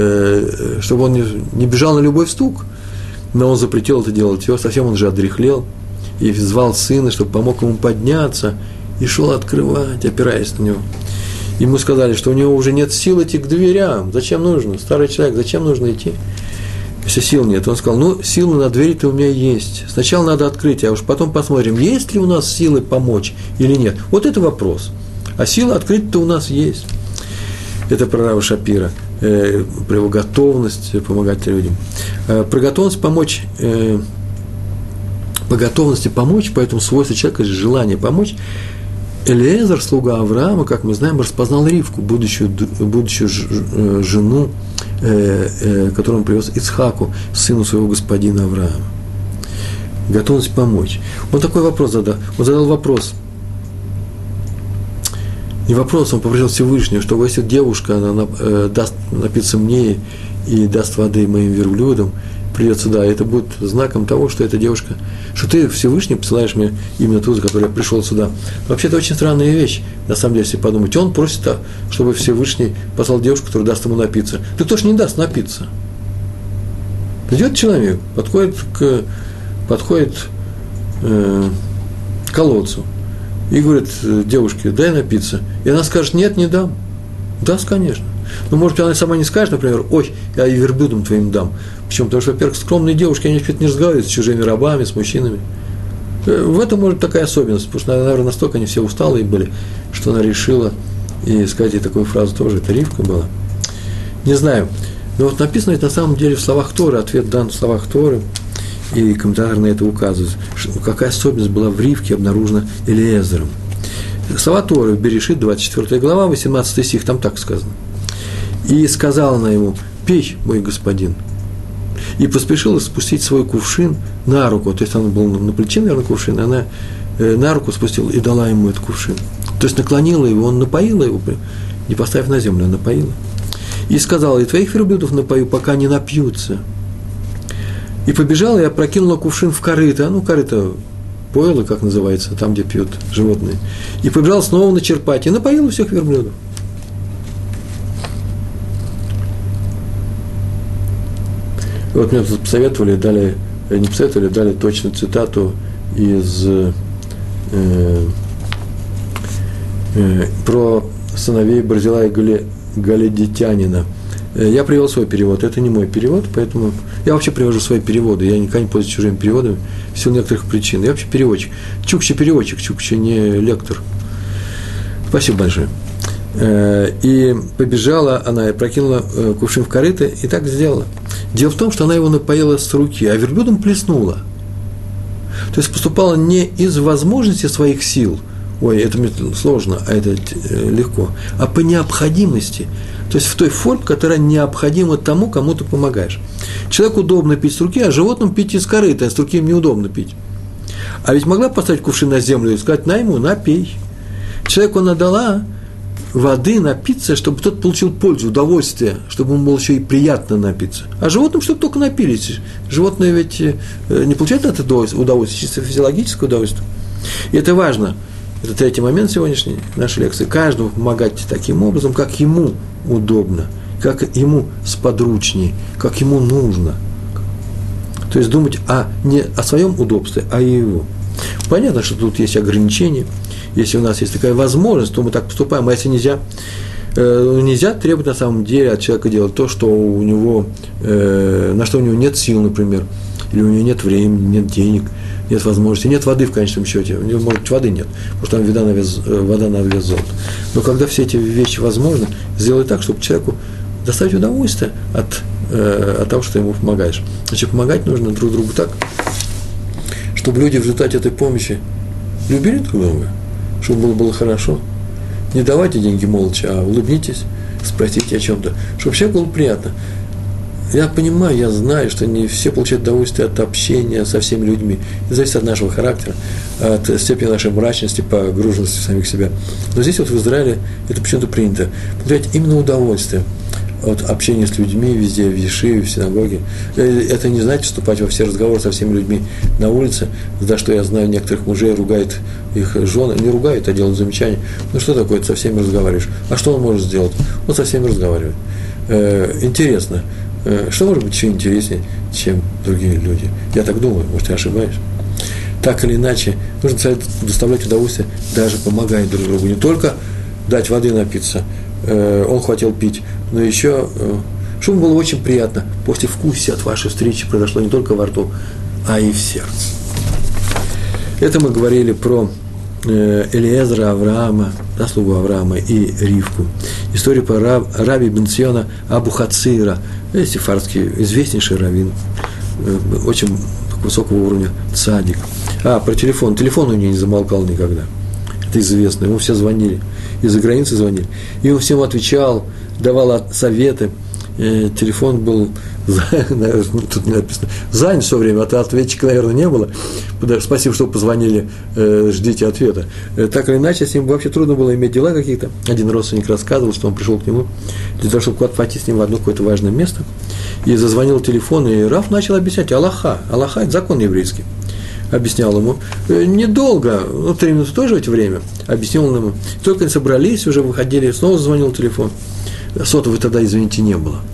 A: он не бежал на любой стук. Но он запретил это делать, совсем он же одряхлел, и звал сына, чтобы помог ему подняться, и шел открывать, опираясь на него. Ему сказали, что у него уже нет сил идти к дверям. Зачем нужно? Старый человек, зачем нужно идти? Если сил нет. Он сказал, силы на двери-то у меня есть. Сначала надо открыть, а уж потом посмотрим, есть ли у нас силы помочь или нет. Вот это вопрос. А силы открыть-то у нас есть. Это про Рава Шапира, про его готовность помогать людям. Про готовность помочь, по готовности помочь, поэтому свойство человека – желание помочь. Элиэзер, слуга Авраама, как мы знаем, распознал Ривку, будущую жену, которую он привез Ицхаку, сыну своего господина Авраама. Готовность помочь. Он такой вопрос задал. Он задал вопрос. Не вопрос, он попросил Всевышнего, что если девушка она даст напиться мне и даст воды моим верблюдам, придет сюда, это будет знаком того, что эта девушка, что ты, Всевышний, посылаешь мне именно ту, за которой я пришел сюда. Вообще, это очень странная вещь, на самом деле, если подумать. Он просит, чтобы Всевышний послал девушку, которая даст ему напиться. Да кто ж не даст напиться? Придет человек, подходит к колодцу и говорит девушке, дай напиться. И она скажет, нет, не дам. Даст, конечно. Ну, может быть, она сама не скажет, например, ой, я и верблюдом твоим дам. Почему? Потому что, во-первых, скромные девушки, они не разговаривают с чужими рабами, с мужчинами. В этом может такая особенность, потому что, наверное, настолько они все усталые были, что она решила, и сказать ей такую фразу тоже, это Ривка была. Не знаю. Но вот написано это на самом деле в словах Торы, ответ дан в словах Торы, и комментатор на это указывает, что какая особенность была в Ривке обнаружена Элиэзером. Слова Торы в Берешит, 24 глава, 18 стих, там так сказано. «И сказала она ему, пей, мой господин». И поспешила спустить свой кувшин на руку, то есть он был на плече, наверное, кувшин, и она на руку спустила и дала ему этот кувшин. То есть наклонила его, он напоила его, не поставив на землю, а напоила. И сказала, и твоих верблюдов напою, пока не напьются. И побежала и опрокинула кувшин в корыто, корыто пойло, как называется, там, где пьют животные. И побежала снова начерпать, и напоила всех верблюдов. И вот мне тут посоветовали, дали точную цитату из про сыновей Барзилая и Галедитянина. Я привел свой перевод, это не мой перевод, поэтому я вообще привожу свои переводы, я никогда не пользуюсь чужими переводами в силу некоторых причин. Я вообще переводчик. Чукча переводчик, Чукча не лектор. Спасибо большое. И побежала она, и прокинула кувшин в корыто, и так сделала. Дело в том, что она его напоила с руки, а верблюдом плеснула. То есть поступала не из возможности своих сил, ой, это мне сложно, а это легко, а по необходимости. То есть в той форме, которая необходима тому, кому ты помогаешь. Человеку удобно пить с руки, а животным пить из корыта, а с руки им неудобно пить. А ведь могла поставить кувшин на землю и сказать, на ему, напей. Человеку она дала воды напиться, чтобы тот получил пользу, удовольствие, чтобы ему было еще и приятно напиться. А животным, чтобы только напились. Животные ведь не получают от этого удовольствие, чисто физиологическое удовольствие. И это важно. Это третий момент сегодняшней нашей лекции. Каждому помогать таким образом, как ему удобно, как ему сподручнее, как ему нужно. То есть думать не о своем удобстве, а о его. Понятно, что тут есть ограничения. Если у нас есть такая возможность, то мы так поступаем. А если нельзя, нельзя требовать на самом деле от человека делать то, что у него, на что у него нет сил, например, или у него нет времени, нет денег, нет возможности, нет воды в конечном счете. У него, может быть, воды нет, потому что там вода на вес золота. Но когда все эти вещи возможны, сделай так, чтобы человеку доставить удовольствие от того, что ему помогаешь. Значит, помогать нужно друг другу так, чтобы люди в результате этой помощи любили друг друга, чтобы было хорошо. Не давайте деньги молча, а улыбнитесь, спросите о чем-то, чтобы человеку было приятно. Я понимаю, я знаю, что не все получают удовольствие от общения со всеми людьми. Это зависит от нашего характера, от степени нашей мрачности, погруженности в самих себя. Но здесь вот в Израиле это почему-то принято. Получать именно удовольствие от общения с людьми везде, в Ешиве, в синагоге. Это не значит вступать во все разговоры со всеми людьми на улице, за что я знаю, некоторых мужей ругают их жены, не ругают, а делают замечания. Ну что такое, ты со всеми разговариваешь? А что он может сделать? Он со всеми разговаривает. Интересно, что может быть еще интереснее, чем другие люди? Я так думаю, может, я ошибаюсь. Так или иначе, нужно доставлять удовольствие, даже помогая друг другу. Не только дать воды напиться, он хотел пить, но еще, чтобы было очень приятно, после вкусия от вашей встречи произошло не только во рту, а и в сердце. Это мы говорили про Элиэзера, Авраама, заслугу Авраама и Ривку. Историю про Раби бен Циона Абу Хацира, сефардский известнейший раввин, очень высокого уровня цадик. Про телефон. Телефон у него не замолкал никогда. Это известно. Ему все звонили. Из-за границы звонили. И он всем отвечал, давал советы. Телефон был, тут написано, занят все время, а ответчика, наверное, не было. Спасибо, что позвонили, ждите ответа. Так или иначе, с ним вообще трудно было иметь дела какие-то. Один родственник рассказывал, что он пришел к нему для того, чтобы куда-то пойти с ним в одно какое-то важное место. И зазвонил телефон, и Рав начал объяснять Аллаха. Аллаха – это закон еврейский. Объяснял ему, недолго, 3 минуты тоже эти время, объяснил он ему. Только они собрались, уже выходили, снова зазвонил телефон. Сотовой тогда, извините, не было.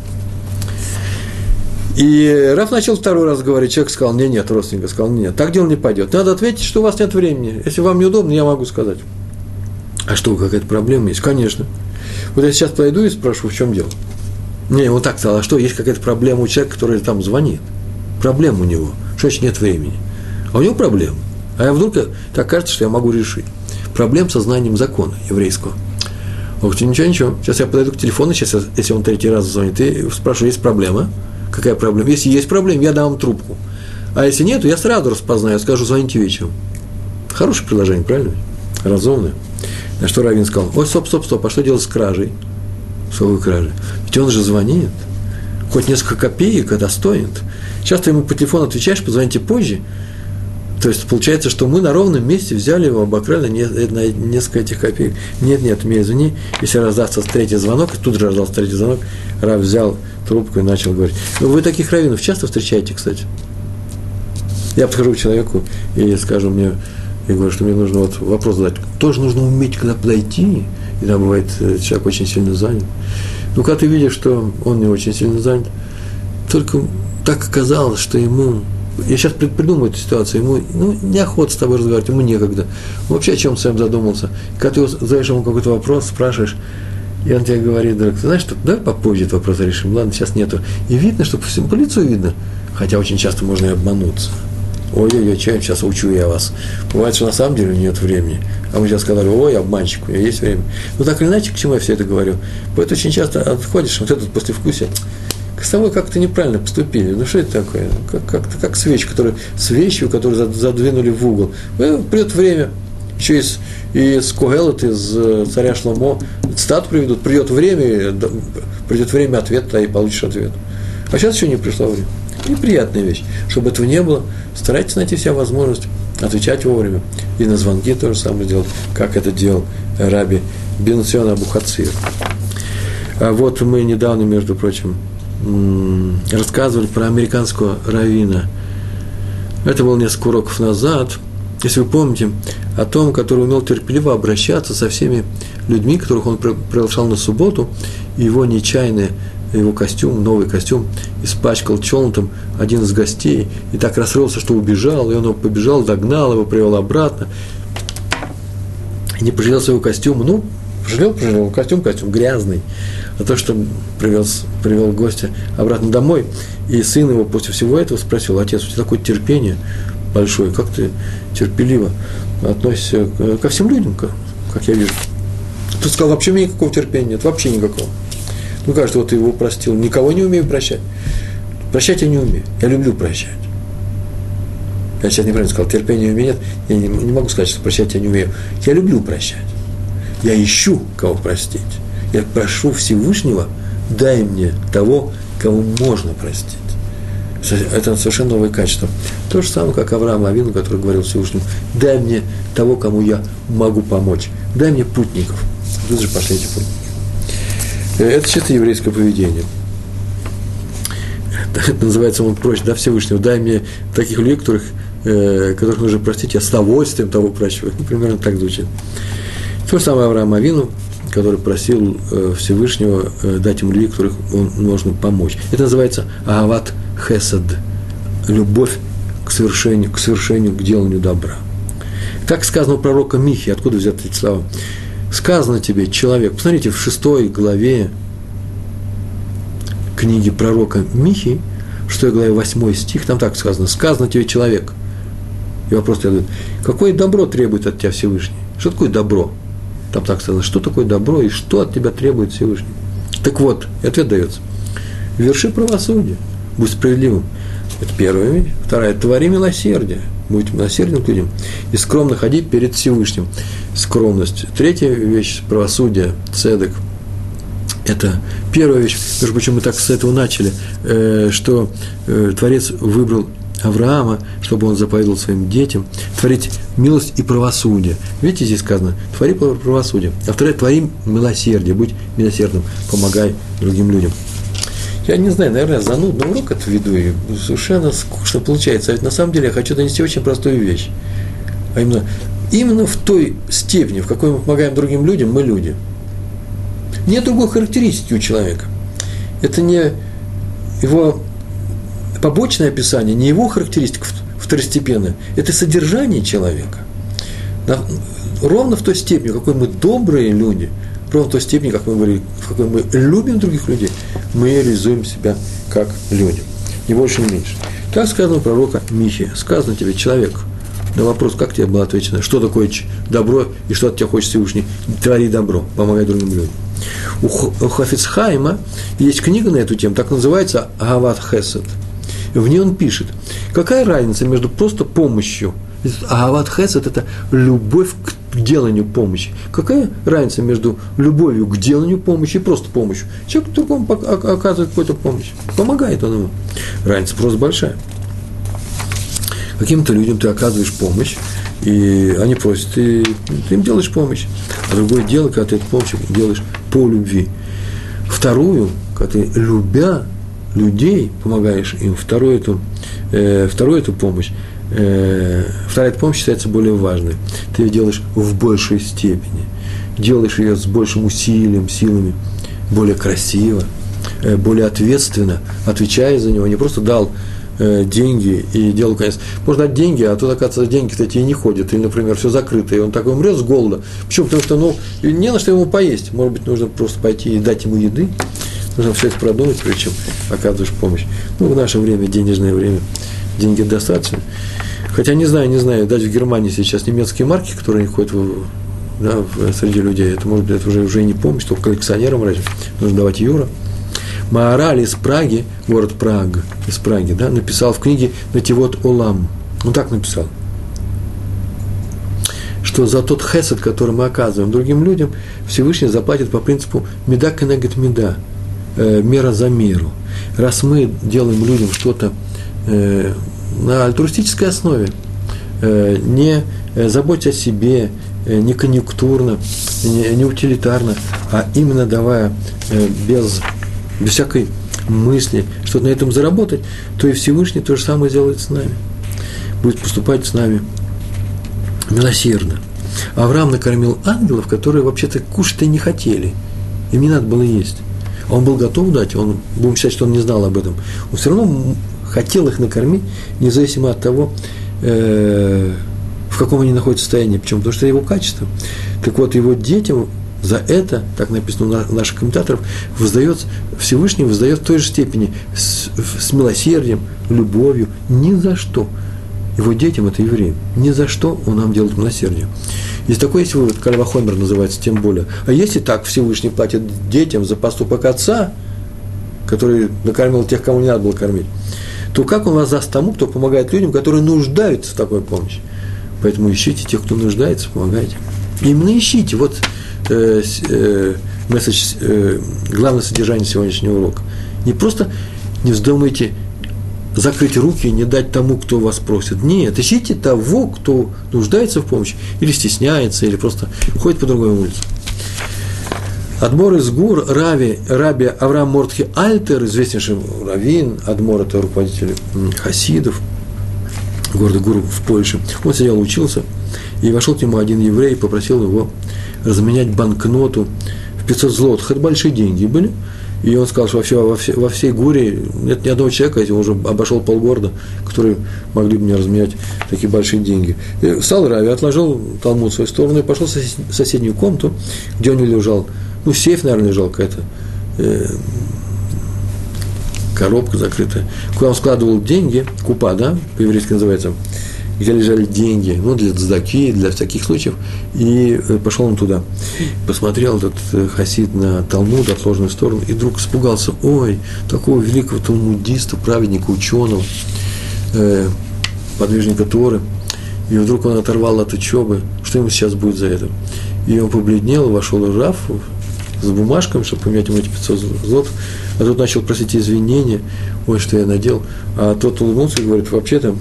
A: И Рав начал второй раз говорить, человек сказал, нет, родственник сказал, нет, так дело не пойдет. Надо ответить, что у вас нет времени. Если вам неудобно, я могу сказать. А что, какая-то проблема есть? Конечно. Вот я сейчас подойду и спрошу, в чем дело. Не, он так сказал, а что, есть какая-то проблема у человека, который там звонит? Проблема у него, что значит нет времени? А у него проблема. А я вдруг так кажется, что я могу решить. Проблем со знанием закона еврейского. Он говорит, ничего, сейчас я подойду к телефону, сейчас, если он третий раз звонит, и спрашиваю, есть проблема? Какая проблема? Если есть проблема, я дам вам трубку. А если нет, я сразу распознаю, скажу, звоните вечером. Хорошее предложение, правильно? Разумное. На что раввин сказал, ой, стоп, а что делать с кражей? Совой кражей. Ведь он же звонит. Хоть несколько копеек, а достоин. Сейчас ты ему по телефону отвечаешь, позвоните позже. То есть, получается, что мы на ровном месте взяли его, обокрали на несколько этих копеек. Нет, меня извини, если раздастся третий звонок, и тут же раздался третий звонок, Рав взял трубку и начал говорить. Вы таких раввинов часто встречаете, кстати? Я подхожу к человеку и скажу мне, я говорю, что мне нужно вот вопрос задать. Тоже нужно уметь, когда подойти, и там бывает, человек очень сильно занят. Ну, когда ты видишь, что он не очень сильно занят, только так оказалось, что ему... Я сейчас придумаю эту ситуацию, ему неохота с тобой разговаривать, ему некогда. Он вообще о чем сам задумался. Когда ты задаешь ему какой-то вопрос, спрашиваешь, и он тебе говорит, дорогой, ты знаешь, что давай попозже этот вопрос решим, ладно, сейчас нету. И видно, что по лицу видно, хотя очень часто можно и обмануться. Ой-ой-ой, сейчас учу я вас. Бывает, что на самом деле нет времени. А мы сейчас сказали, ой, обманщик, у меня есть время. Ну, так или иначе, к чему я все это говорю? Поэтому очень часто отходишь, вот это послевкусие. С тобой как-то неправильно поступили. Ну, что это такое? Как свечь, с вещью, которую задвинули в угол. Придет время, еще из Когелет, из царя Шломо, цитату приведут, придет время ответа, и получишь ответ. А сейчас еще не пришло время. Неприятная вещь. Чтобы этого не было, старайтесь найти себе возможность отвечать вовремя. И на звонки то же самое делать, как это делал Раби Бенцион Абухацир. А вот мы недавно, между прочим, рассказывали про американского раввина. Это было несколько уроков назад. Если вы помните, о том, который умел терпеливо обращаться со всеми людьми, которых он приглашал на субботу, и его нечаянно, его костюм, новый костюм, испачкал челнотом один из гостей, и так расстроился, что убежал, и он побежал, догнал его, привел обратно, и не пожалел своего костюма. Ну, пожалел, костюм грязный, а то, что привел гостя обратно домой, и сын его после всего этого спросил, отец, у тебя такое терпение большое, как ты терпеливо относишься ко всем людям, как я вижу. Ты сказал, вообще у меня никакого терпения нет, вообще никакого. Ну, кажется, вот ты его простил, никого не умею прощать. Прощать я не умею, я люблю прощать. Я сейчас неправильно сказал, терпения у меня нет, я не могу сказать, что прощать я не умею. Я люблю прощать. Я ищу, кого простить. Я прошу Всевышнего, дай мне того, кого можно простить. Это совершенно новое качество. То же самое, как Авраам Авину, который говорил Всевышнему, дай мне того, кому я могу помочь. Дай мне путников. Тут же пошли эти путники. Это чисто еврейское поведение. Это называется, он просит, да, Всевышнего, дай мне таких людей, которых нужно простить, я с удовольствием того прощаю. Примерно так звучит. То же самое Авраам Авину, который просил Всевышнего дать ему людей, которых он можно помочь. Это называется агават хесед, любовь к совершению, к деланию добра. Так сказано у пророка Михи, откуда взяты эти слова? Сказано тебе, человек, посмотрите, в 6 главе книги пророка Михи, в 6 главе 8 стих, там так сказано, сказано тебе, человек. И вопрос следует, какое добро требует от тебя Всевышний? Что такое добро? Там так сказано, что такое добро и что от тебя требует Всевышний. Так вот, ответ дается. Верши правосудие, будь справедливым. Это первая вещь. Вторая, твори милосердие, будь милосердным к людям. И скромно ходи перед Всевышним. Скромность. Третья вещь, правосудие, цедек. Это первая вещь. Между прочим, мы так с этого начали, что Творец выбрал Авраама, чтобы он заповедовал своим детям творить милость и правосудие. Видите, здесь сказано, твори правосудие. А второе, твори милосердие, будь милосердным, помогай другим людям. Я не знаю, наверное, занудный урок это веду, и совершенно скучно получается. А ведь на самом деле я хочу донести очень простую вещь. А именно в той степени, в какой мы помогаем другим людям, мы люди. Нет другой характеристики у человека. Это не его побочное описание, не его характеристика второстепенная, это содержание человека. ровно в той степени, какой мы добрые люди, ровно в той степени, как мы говорили, в какой мы любим других людей, мы реализуем себя как люди. Ни больше, ни меньше. Так сказано у пророка Михея. Сказано тебе, человек, на вопрос, как тебе было отвечено, что такое добро и что от тебя хочет Всевышний, твори добро, помогай другим людям. У Хафец Хаима есть книга на эту тему, так называется «Агават Хесед». В ней он пишет, какая разница между просто помощью, Агават Хесед – это любовь к деланию помощи. Какая разница между любовью к деланию помощи и просто помощью? Человек другому оказывает какую-то помощь, помогает он ему. Разница просто большая. Каким-то людям ты оказываешь помощь, и они просят, и ты им делаешь помощь. А другое дело, когда ты эту помощь делаешь по любви. Вторую, когда ты, любя людей, помогаешь им, вторую эту помощь, вторая эта помощь считается более важной. Ты ее делаешь в большей степени, делаешь ее с большим усилием, силами, более красиво, более ответственно, отвечая за него, не просто дал деньги и делал конец. Можно дать деньги, а тут, оказывается, деньги-то эти и не ходят. Или, например, все закрыто, и он такой умрет с голода. Почему? Потому что, не на что ему поесть. Может быть, нужно просто пойти и дать ему еды. Нужно все это продумать, прежде чем оказываешь помощь. В наше время, денежное время, деньги достаточно. Хотя, не знаю, даже в Германии сейчас немецкие марки, которые не ходят среди людей, это, может быть, это уже и не помощь, только коллекционерам разве. Нужно давать евро. Маораль из Праги, город Праг, из Праги, написал в книге «Нативот Олам». Он так написал, что за тот хесед, который мы оказываем другим людям, Всевышний заплатит по принципу «меда кенегет меда», мера за меру. Раз мы делаем людям что-то на альтруистической основе, не заботясь о себе, не конъюнктурно, не утилитарно, а именно давая без всякой мысли, что-то на этом заработать, то и Всевышний то же самое сделает с нами. Будет поступать с нами милосердно. Авраам накормил ангелов, которые вообще-то кушать-то не хотели. Им не надо было есть. А он был готов дать, будем считать, что он не знал об этом. Он все равно хотел их накормить, независимо от того, в каком они находятся состоянии. Почему? Потому что это его качество. Так вот, его детям за это, так написано у наших комментаторов, Всевышний воздает в той же степени с милосердием, любовью, ни за что. Его детям, это евреи, ни за что он нам делает милосердие. Если такой есть вывод, Каль Вахомер называется, тем более. А если так Всевышний платит детям за поступок отца, который накормил тех, кому не надо было кормить, то как он воздаст тому, кто помогает людям, которые нуждаются в такой помощи? Поэтому ищите тех, кто нуждается, помогайте. Именно ищите. Вот месседж, главное содержание сегодняшнего урока. Не просто не вздумайте закрыть руки и не дать тому, кто вас просит. Нет, ищите того, кто нуждается в помощи, или стесняется, или просто ходит по другой улице. Адмор из Гур, Раби Авраам Мордхи Альтер, известнейший раввин, Адмор – это руководитель хасидов, города Гур в Польше. Он сидел, учился, и вошел к нему один еврей и попросил его разменять банкноту в 500 злотых. Это большие деньги были. И он сказал, что во всей Гуре нет ни одного человека, он уже обошел полгорода, которые могли бы мне разменять такие большие деньги. И встал Рави, отложил талмуд в свою сторону и пошел в соседнюю комнату, где у него лежал, сейф, наверное, лежал какая-то коробка закрытая, куда он складывал деньги, купа, по-еврейски называется, где лежали деньги, для цдаки, для всяких случаев, и пошел он туда. Посмотрел этот хасид на Талмуд, отложенную сторону, и вдруг испугался, такого великого талмудиста, праведника, ученого, подвижника Торы, и вдруг он оторвал от учебы, что ему сейчас будет за это? И он побледнел, вошел в Рав с бумажками, чтобы поменять ему эти 500 злотых, а тот начал просить извинения, что я надел, а тот улыбнулся и говорит, вообще-то,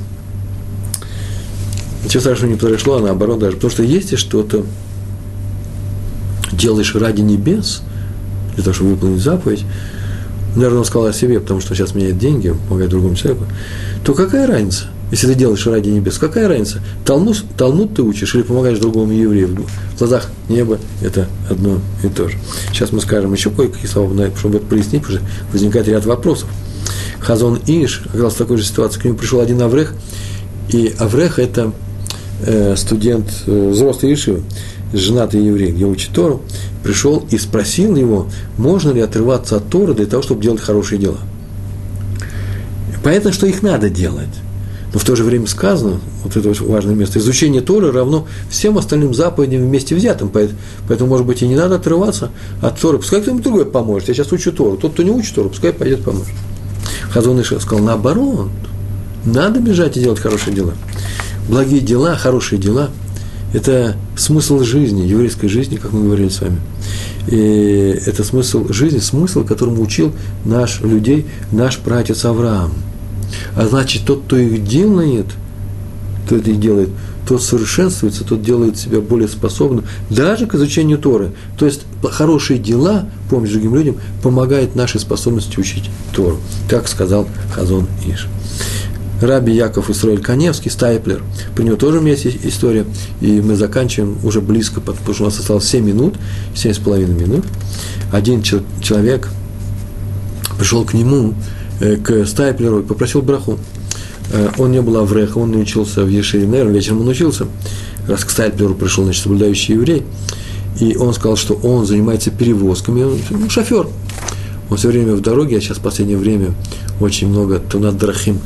A: ничего страшного не произошло, а наоборот даже. Потому что если что-то делаешь ради небес, для того, чтобы выполнить заповедь, наверное, он сказал о себе, потому что сейчас меняет деньги, помогает другому человеку, то какая разница, если ты делаешь ради небес, какая разница, Талмуд ты учишь или помогаешь другому еврею? В глазах неба это одно и то же. Сейчас мы скажем еще кое-какие слова, чтобы это прояснить, потому что возникает ряд вопросов. Хазон Иш оказался в такой же ситуации, к нему пришел один аврех, и аврех – это студент, взрослый ешивы, женатый еврей, где учит Тору, пришел и спросил его, можно ли отрываться от Торы для того, чтобы делать хорошие дела. Понятно, что их надо делать. Но в то же время сказано, вот это очень важное место, изучение Торы равно всем остальным заповедям вместе взятым. Поэтому, может быть, и не надо отрываться от Торы. Пускай кто-нибудь другой поможет. Я сейчас учу Тору. Тот, кто не учит Тору, пускай пойдет поможет. Хазон Иш сказал, наоборот, надо бежать и делать хорошие дела. Благие дела, хорошие дела – это смысл жизни, еврейской жизни, как мы говорили с вами. И это смысл жизни, смысл, которому учил наш людей, наш праотец Авраам. А значит, тот, кто их делает, тот совершенствуется, тот делает себя более способным даже к изучению Торы. То есть, хорошие дела, помощь другим людям, помогает нашей способности учить Тору, как сказал Хазон Иш. Раби Яков Исроэль Каневский, Стайплер, про него тоже у меня есть история, и мы заканчиваем уже близко, потому что у нас осталось 7 минут, 7,5 минут. Один человек пришел к нему, к Стайплеру, и попросил браху. Он не был авреха, он не учился в Ешиве, наверное, вечером он учился, раз к Стайплеру пришел, значит, соблюдающий еврей, и он сказал, что он занимается перевозками, он шофер. Он все время в дороге, а сейчас в последнее время очень много тунат драхим,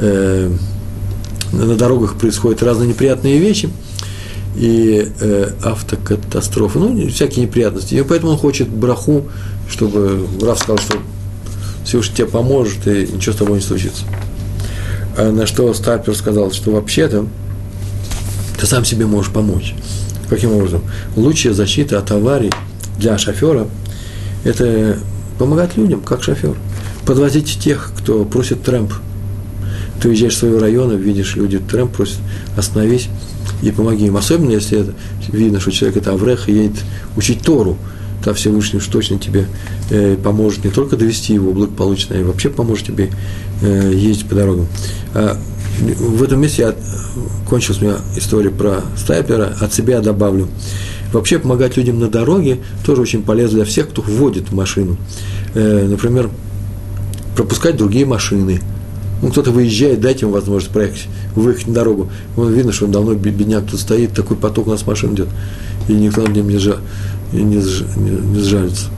A: на дорогах происходят разные неприятные вещи, и автокатастрофы, всякие неприятности. И поэтому он хочет браху, чтобы Рав сказал, что Всевышний тебе поможет, и ничего с тобой не случится. А на что Стайплер сказал, что вообще-то ты сам себе можешь помочь. Каким образом? Лучшая защита от аварий для шофера – это помогать людям, как шофер. Подвозить тех, кто просит трэмп. Ты уезжаешь в свой район, видишь, люди трэмп просят, остановись и помоги им. Особенно, если это, видно, что человек это аврех и едет учить Тору. Та Всевышний уж точно тебе поможет не только довести его благополучно, а и вообще поможет тебе ездить по дорогам. В этом месте кончилась у меня история про Стайплера, от себя добавлю. Вообще помогать людям на дороге тоже очень полезно для всех, кто водит машину. Например, пропускать другие машины. Кто-то выезжает, дайте ему возможность выехать на дорогу. Видно, что он давно бедняк тут стоит, такой поток у нас машин идет, и никто над ним не сжалится.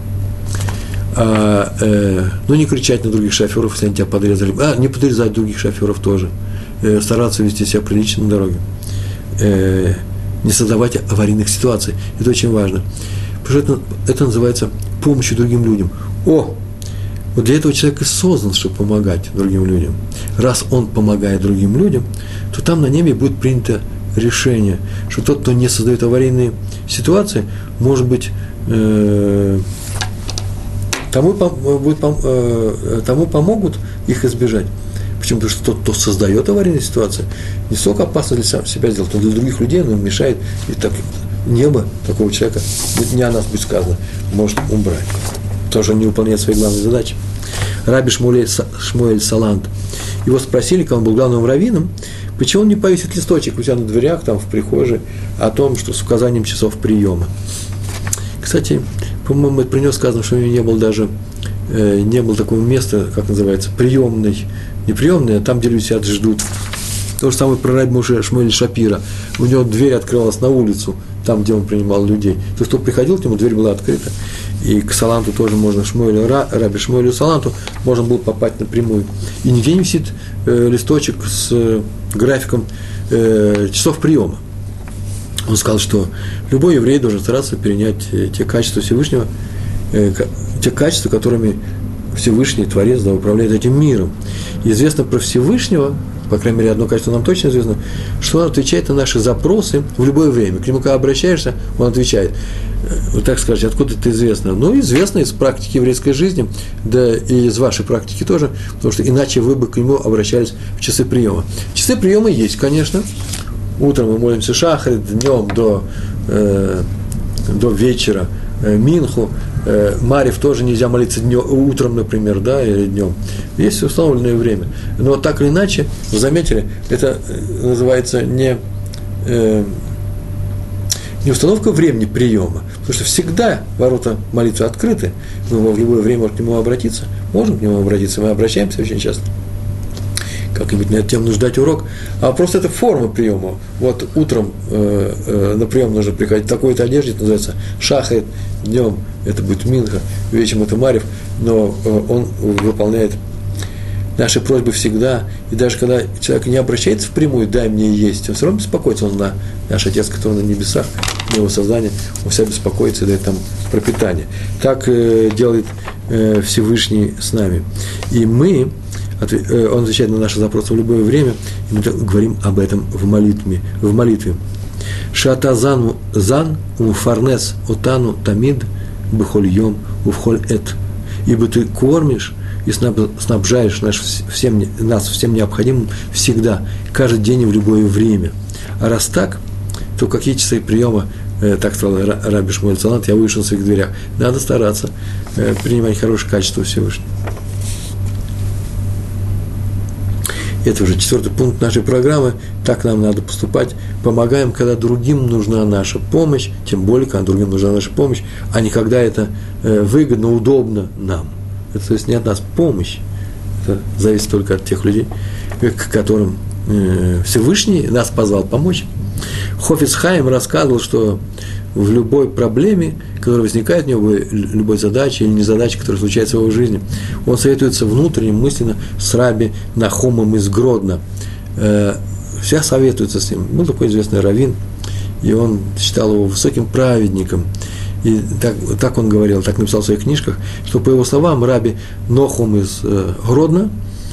A: Не кричать на других шоферов, если они тебя подрезали. Не подрезать других шоферов тоже. Стараться вести себя прилично на дороге. Не создавать аварийных ситуаций. Это очень важно. Потому что это называется помощью другим людям. Вот для этого человек и создан, чтобы помогать другим людям. Раз он помогает другим людям, то там на небе будет принято решение, что тот, кто не создает аварийные ситуации, может быть, тому помогут их избежать. Почему? Потому что тот, кто создает аварийные ситуации, не столько опасно для себя сделать, но для других людей он мешает. И так небо такого человека, не о нас будет сказано, может убрать. Тоже он не выполняет свои главные задачи. Раби Шмуэль Салант. Его спросили, когда он был главным раввином, почему он не повесит листочек у себя на дверях, там, в прихожей, о том, что с указанием часов приема. Кстати, по-моему, про него сказано, что у него не было такого места, как называется, приемной, не приемной, а там, где люди сидят и ждут. То же самое про раби Моше Шмуэля Шапира. У него дверь открывалась на улицу, там, где он принимал людей. То есть, кто приходил к нему, дверь была открыта. И к Саланту тоже можно, раби Шмуэлю Саланту можно было попасть напрямую. И нигде не висит листочек с графиком часов приема. Он сказал, что любой еврей должен стараться перенять те качества Всевышнего, те качества, которыми Всевышний Творец управляет этим миром. И известно про Всевышнего, по крайней мере, одно качество нам точно известно, что он отвечает на наши запросы в любое время. К нему, когда обращаешься, он отвечает. Вы так скажете, откуда это известно? Известно из практики еврейской жизни, да и из вашей практики тоже, потому что иначе вы бы к нему обращались в часы приема. Часы приема есть, конечно. Утром мы молимся шахрит, днем до вечера минху. Марев тоже нельзя молиться утром, например, да, или днем. Есть установленное время. Но так или иначе, вы заметили, это называется не установка времени приема, потому что всегда ворота молитвы открыты, мы в любое время можем к нему обратиться, мы обращаемся очень часто. как-нибудь на эту тему нужно дать урок, а просто это форма приема. Вот утром на прием нужно приходить в такой-то одежде, это называется шахрит, днем это будет минха, вечером это марев, но он выполняет наши просьбы всегда, и даже когда человек не обращается впрямую, дай мне есть, он все равно беспокоится, он наш Отец, который на небесах, на его создание, он всегда беспокоится и дает там пропитание. Так делает Всевышний с нами. И мы, он отвечает на наши запросы в любое время, и мы говорим об этом в молитве. Шата зан умфарнес отану тамид бхоль йом увхоль эт. Ибо ты кормишь и снабжаешь нас всем необходимым всегда, каждый день и в любое время. А раз так, то какие часы приема, так сказал Раби Шмуэль Цалант, я вышел в своих дверях. Надо стараться принимать хорошее качество Всевышнего. Это уже 4-й пункт нашей программы. Так нам надо поступать. Помогаем, когда другим нужна наша помощь, тем более, когда другим нужна наша помощь, а не когда это выгодно, удобно нам. Это, то есть не от нас помощь. Это зависит только от тех людей, к которым Всевышний нас позвал помочь. Хофец Хаим рассказывал, что в любой проблеме, которая возникает у него, любой задаче или незадаче, которая случается в его жизни, он советуется внутренне, мысленно с Раби Нахумом из Гродно. Все советуются с ним. Был такой известный раввин, и он считал его высоким праведником. И так он говорил, так написал в своих книжках, что, по его словам, Раби Нахум из Гродно,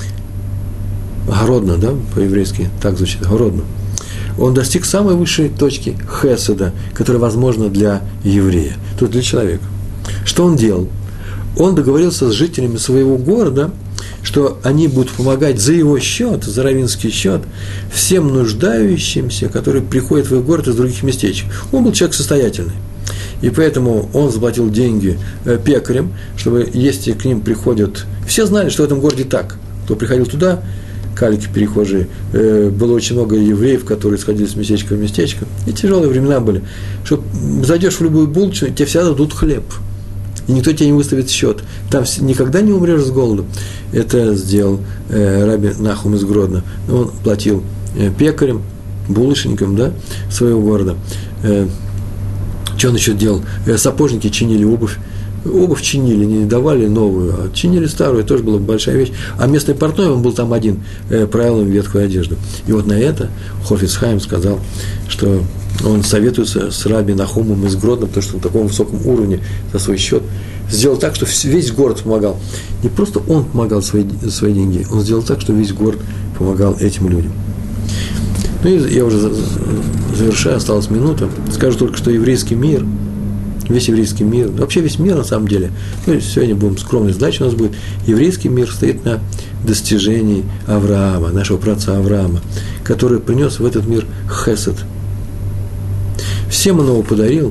A: да, по-еврейски так звучит, Гродно, он достиг самой высшей точки хеседа, которая возможна для еврея, то есть для человека. Что он делал? Он договорился с жителями своего города, что они будут помогать за его счет, за раввинский счет, всем нуждающимся, которые приходят в их город из других местечек. Он был человек состоятельный. И поэтому он заплатил деньги пекарям, чтобы, если к ним приходят... Все знали, что в этом городе так. Кто приходил туда, калики перехожие, было очень много евреев, которые сходили с местечка в местечко, и тяжелые времена были, что зайдешь в любую булочную, тебе всегда дадут хлеб, и никто тебе не выставит счет, там никогда не умрешь с голоду. Это сделал Раби Нахум из Гродно. Он платил пекарям, булочникам, да, своего города. Что он еще делал? Сапожники чинили обувь. Обувь чинили, не давали новую, а чинили старую, тоже была большая вещь. А местный портной, он был там один, правил им ветхую одежду. И вот на это Хофец Хаим сказал, что он советуется с Раби Нахумом из Гродно, потому что на таком высоком уровне за свой счет сделал так, что весь город помогал. Не просто он помогал свои деньги, он сделал так, что весь город помогал этим людям. Ну и я уже завершаю, осталась минута. Скажу только, что еврейский мир, весь еврейский мир, вообще весь мир на самом деле, ну, сегодня будем скромной задачей у нас будет, еврейский мир стоит на достижении Авраама, нашего праотца Авраама, который принес в этот мир хесед. Всем он его подарил,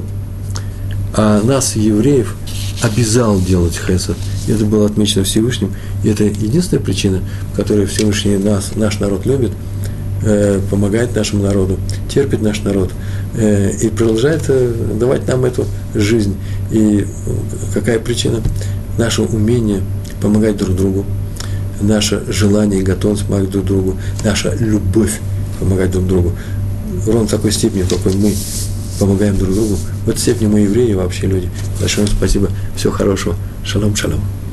A: а нас, евреев, обязал делать хесед. И это было отмечено Всевышним, и это единственная причина, по которой Всевышний наш народ любит, помогает нашему народу, терпит наш народ и продолжает давать нам эту жизнь. И какая причина? Наше умение помогать друг другу, наше желание и готовность помогать друг другу, наша любовь помогать друг другу. Ровно в такой степени, в какой мы помогаем друг другу, в этой степени мы евреи вообще люди. Большое спасибо, всего хорошего. Шалом, шалом.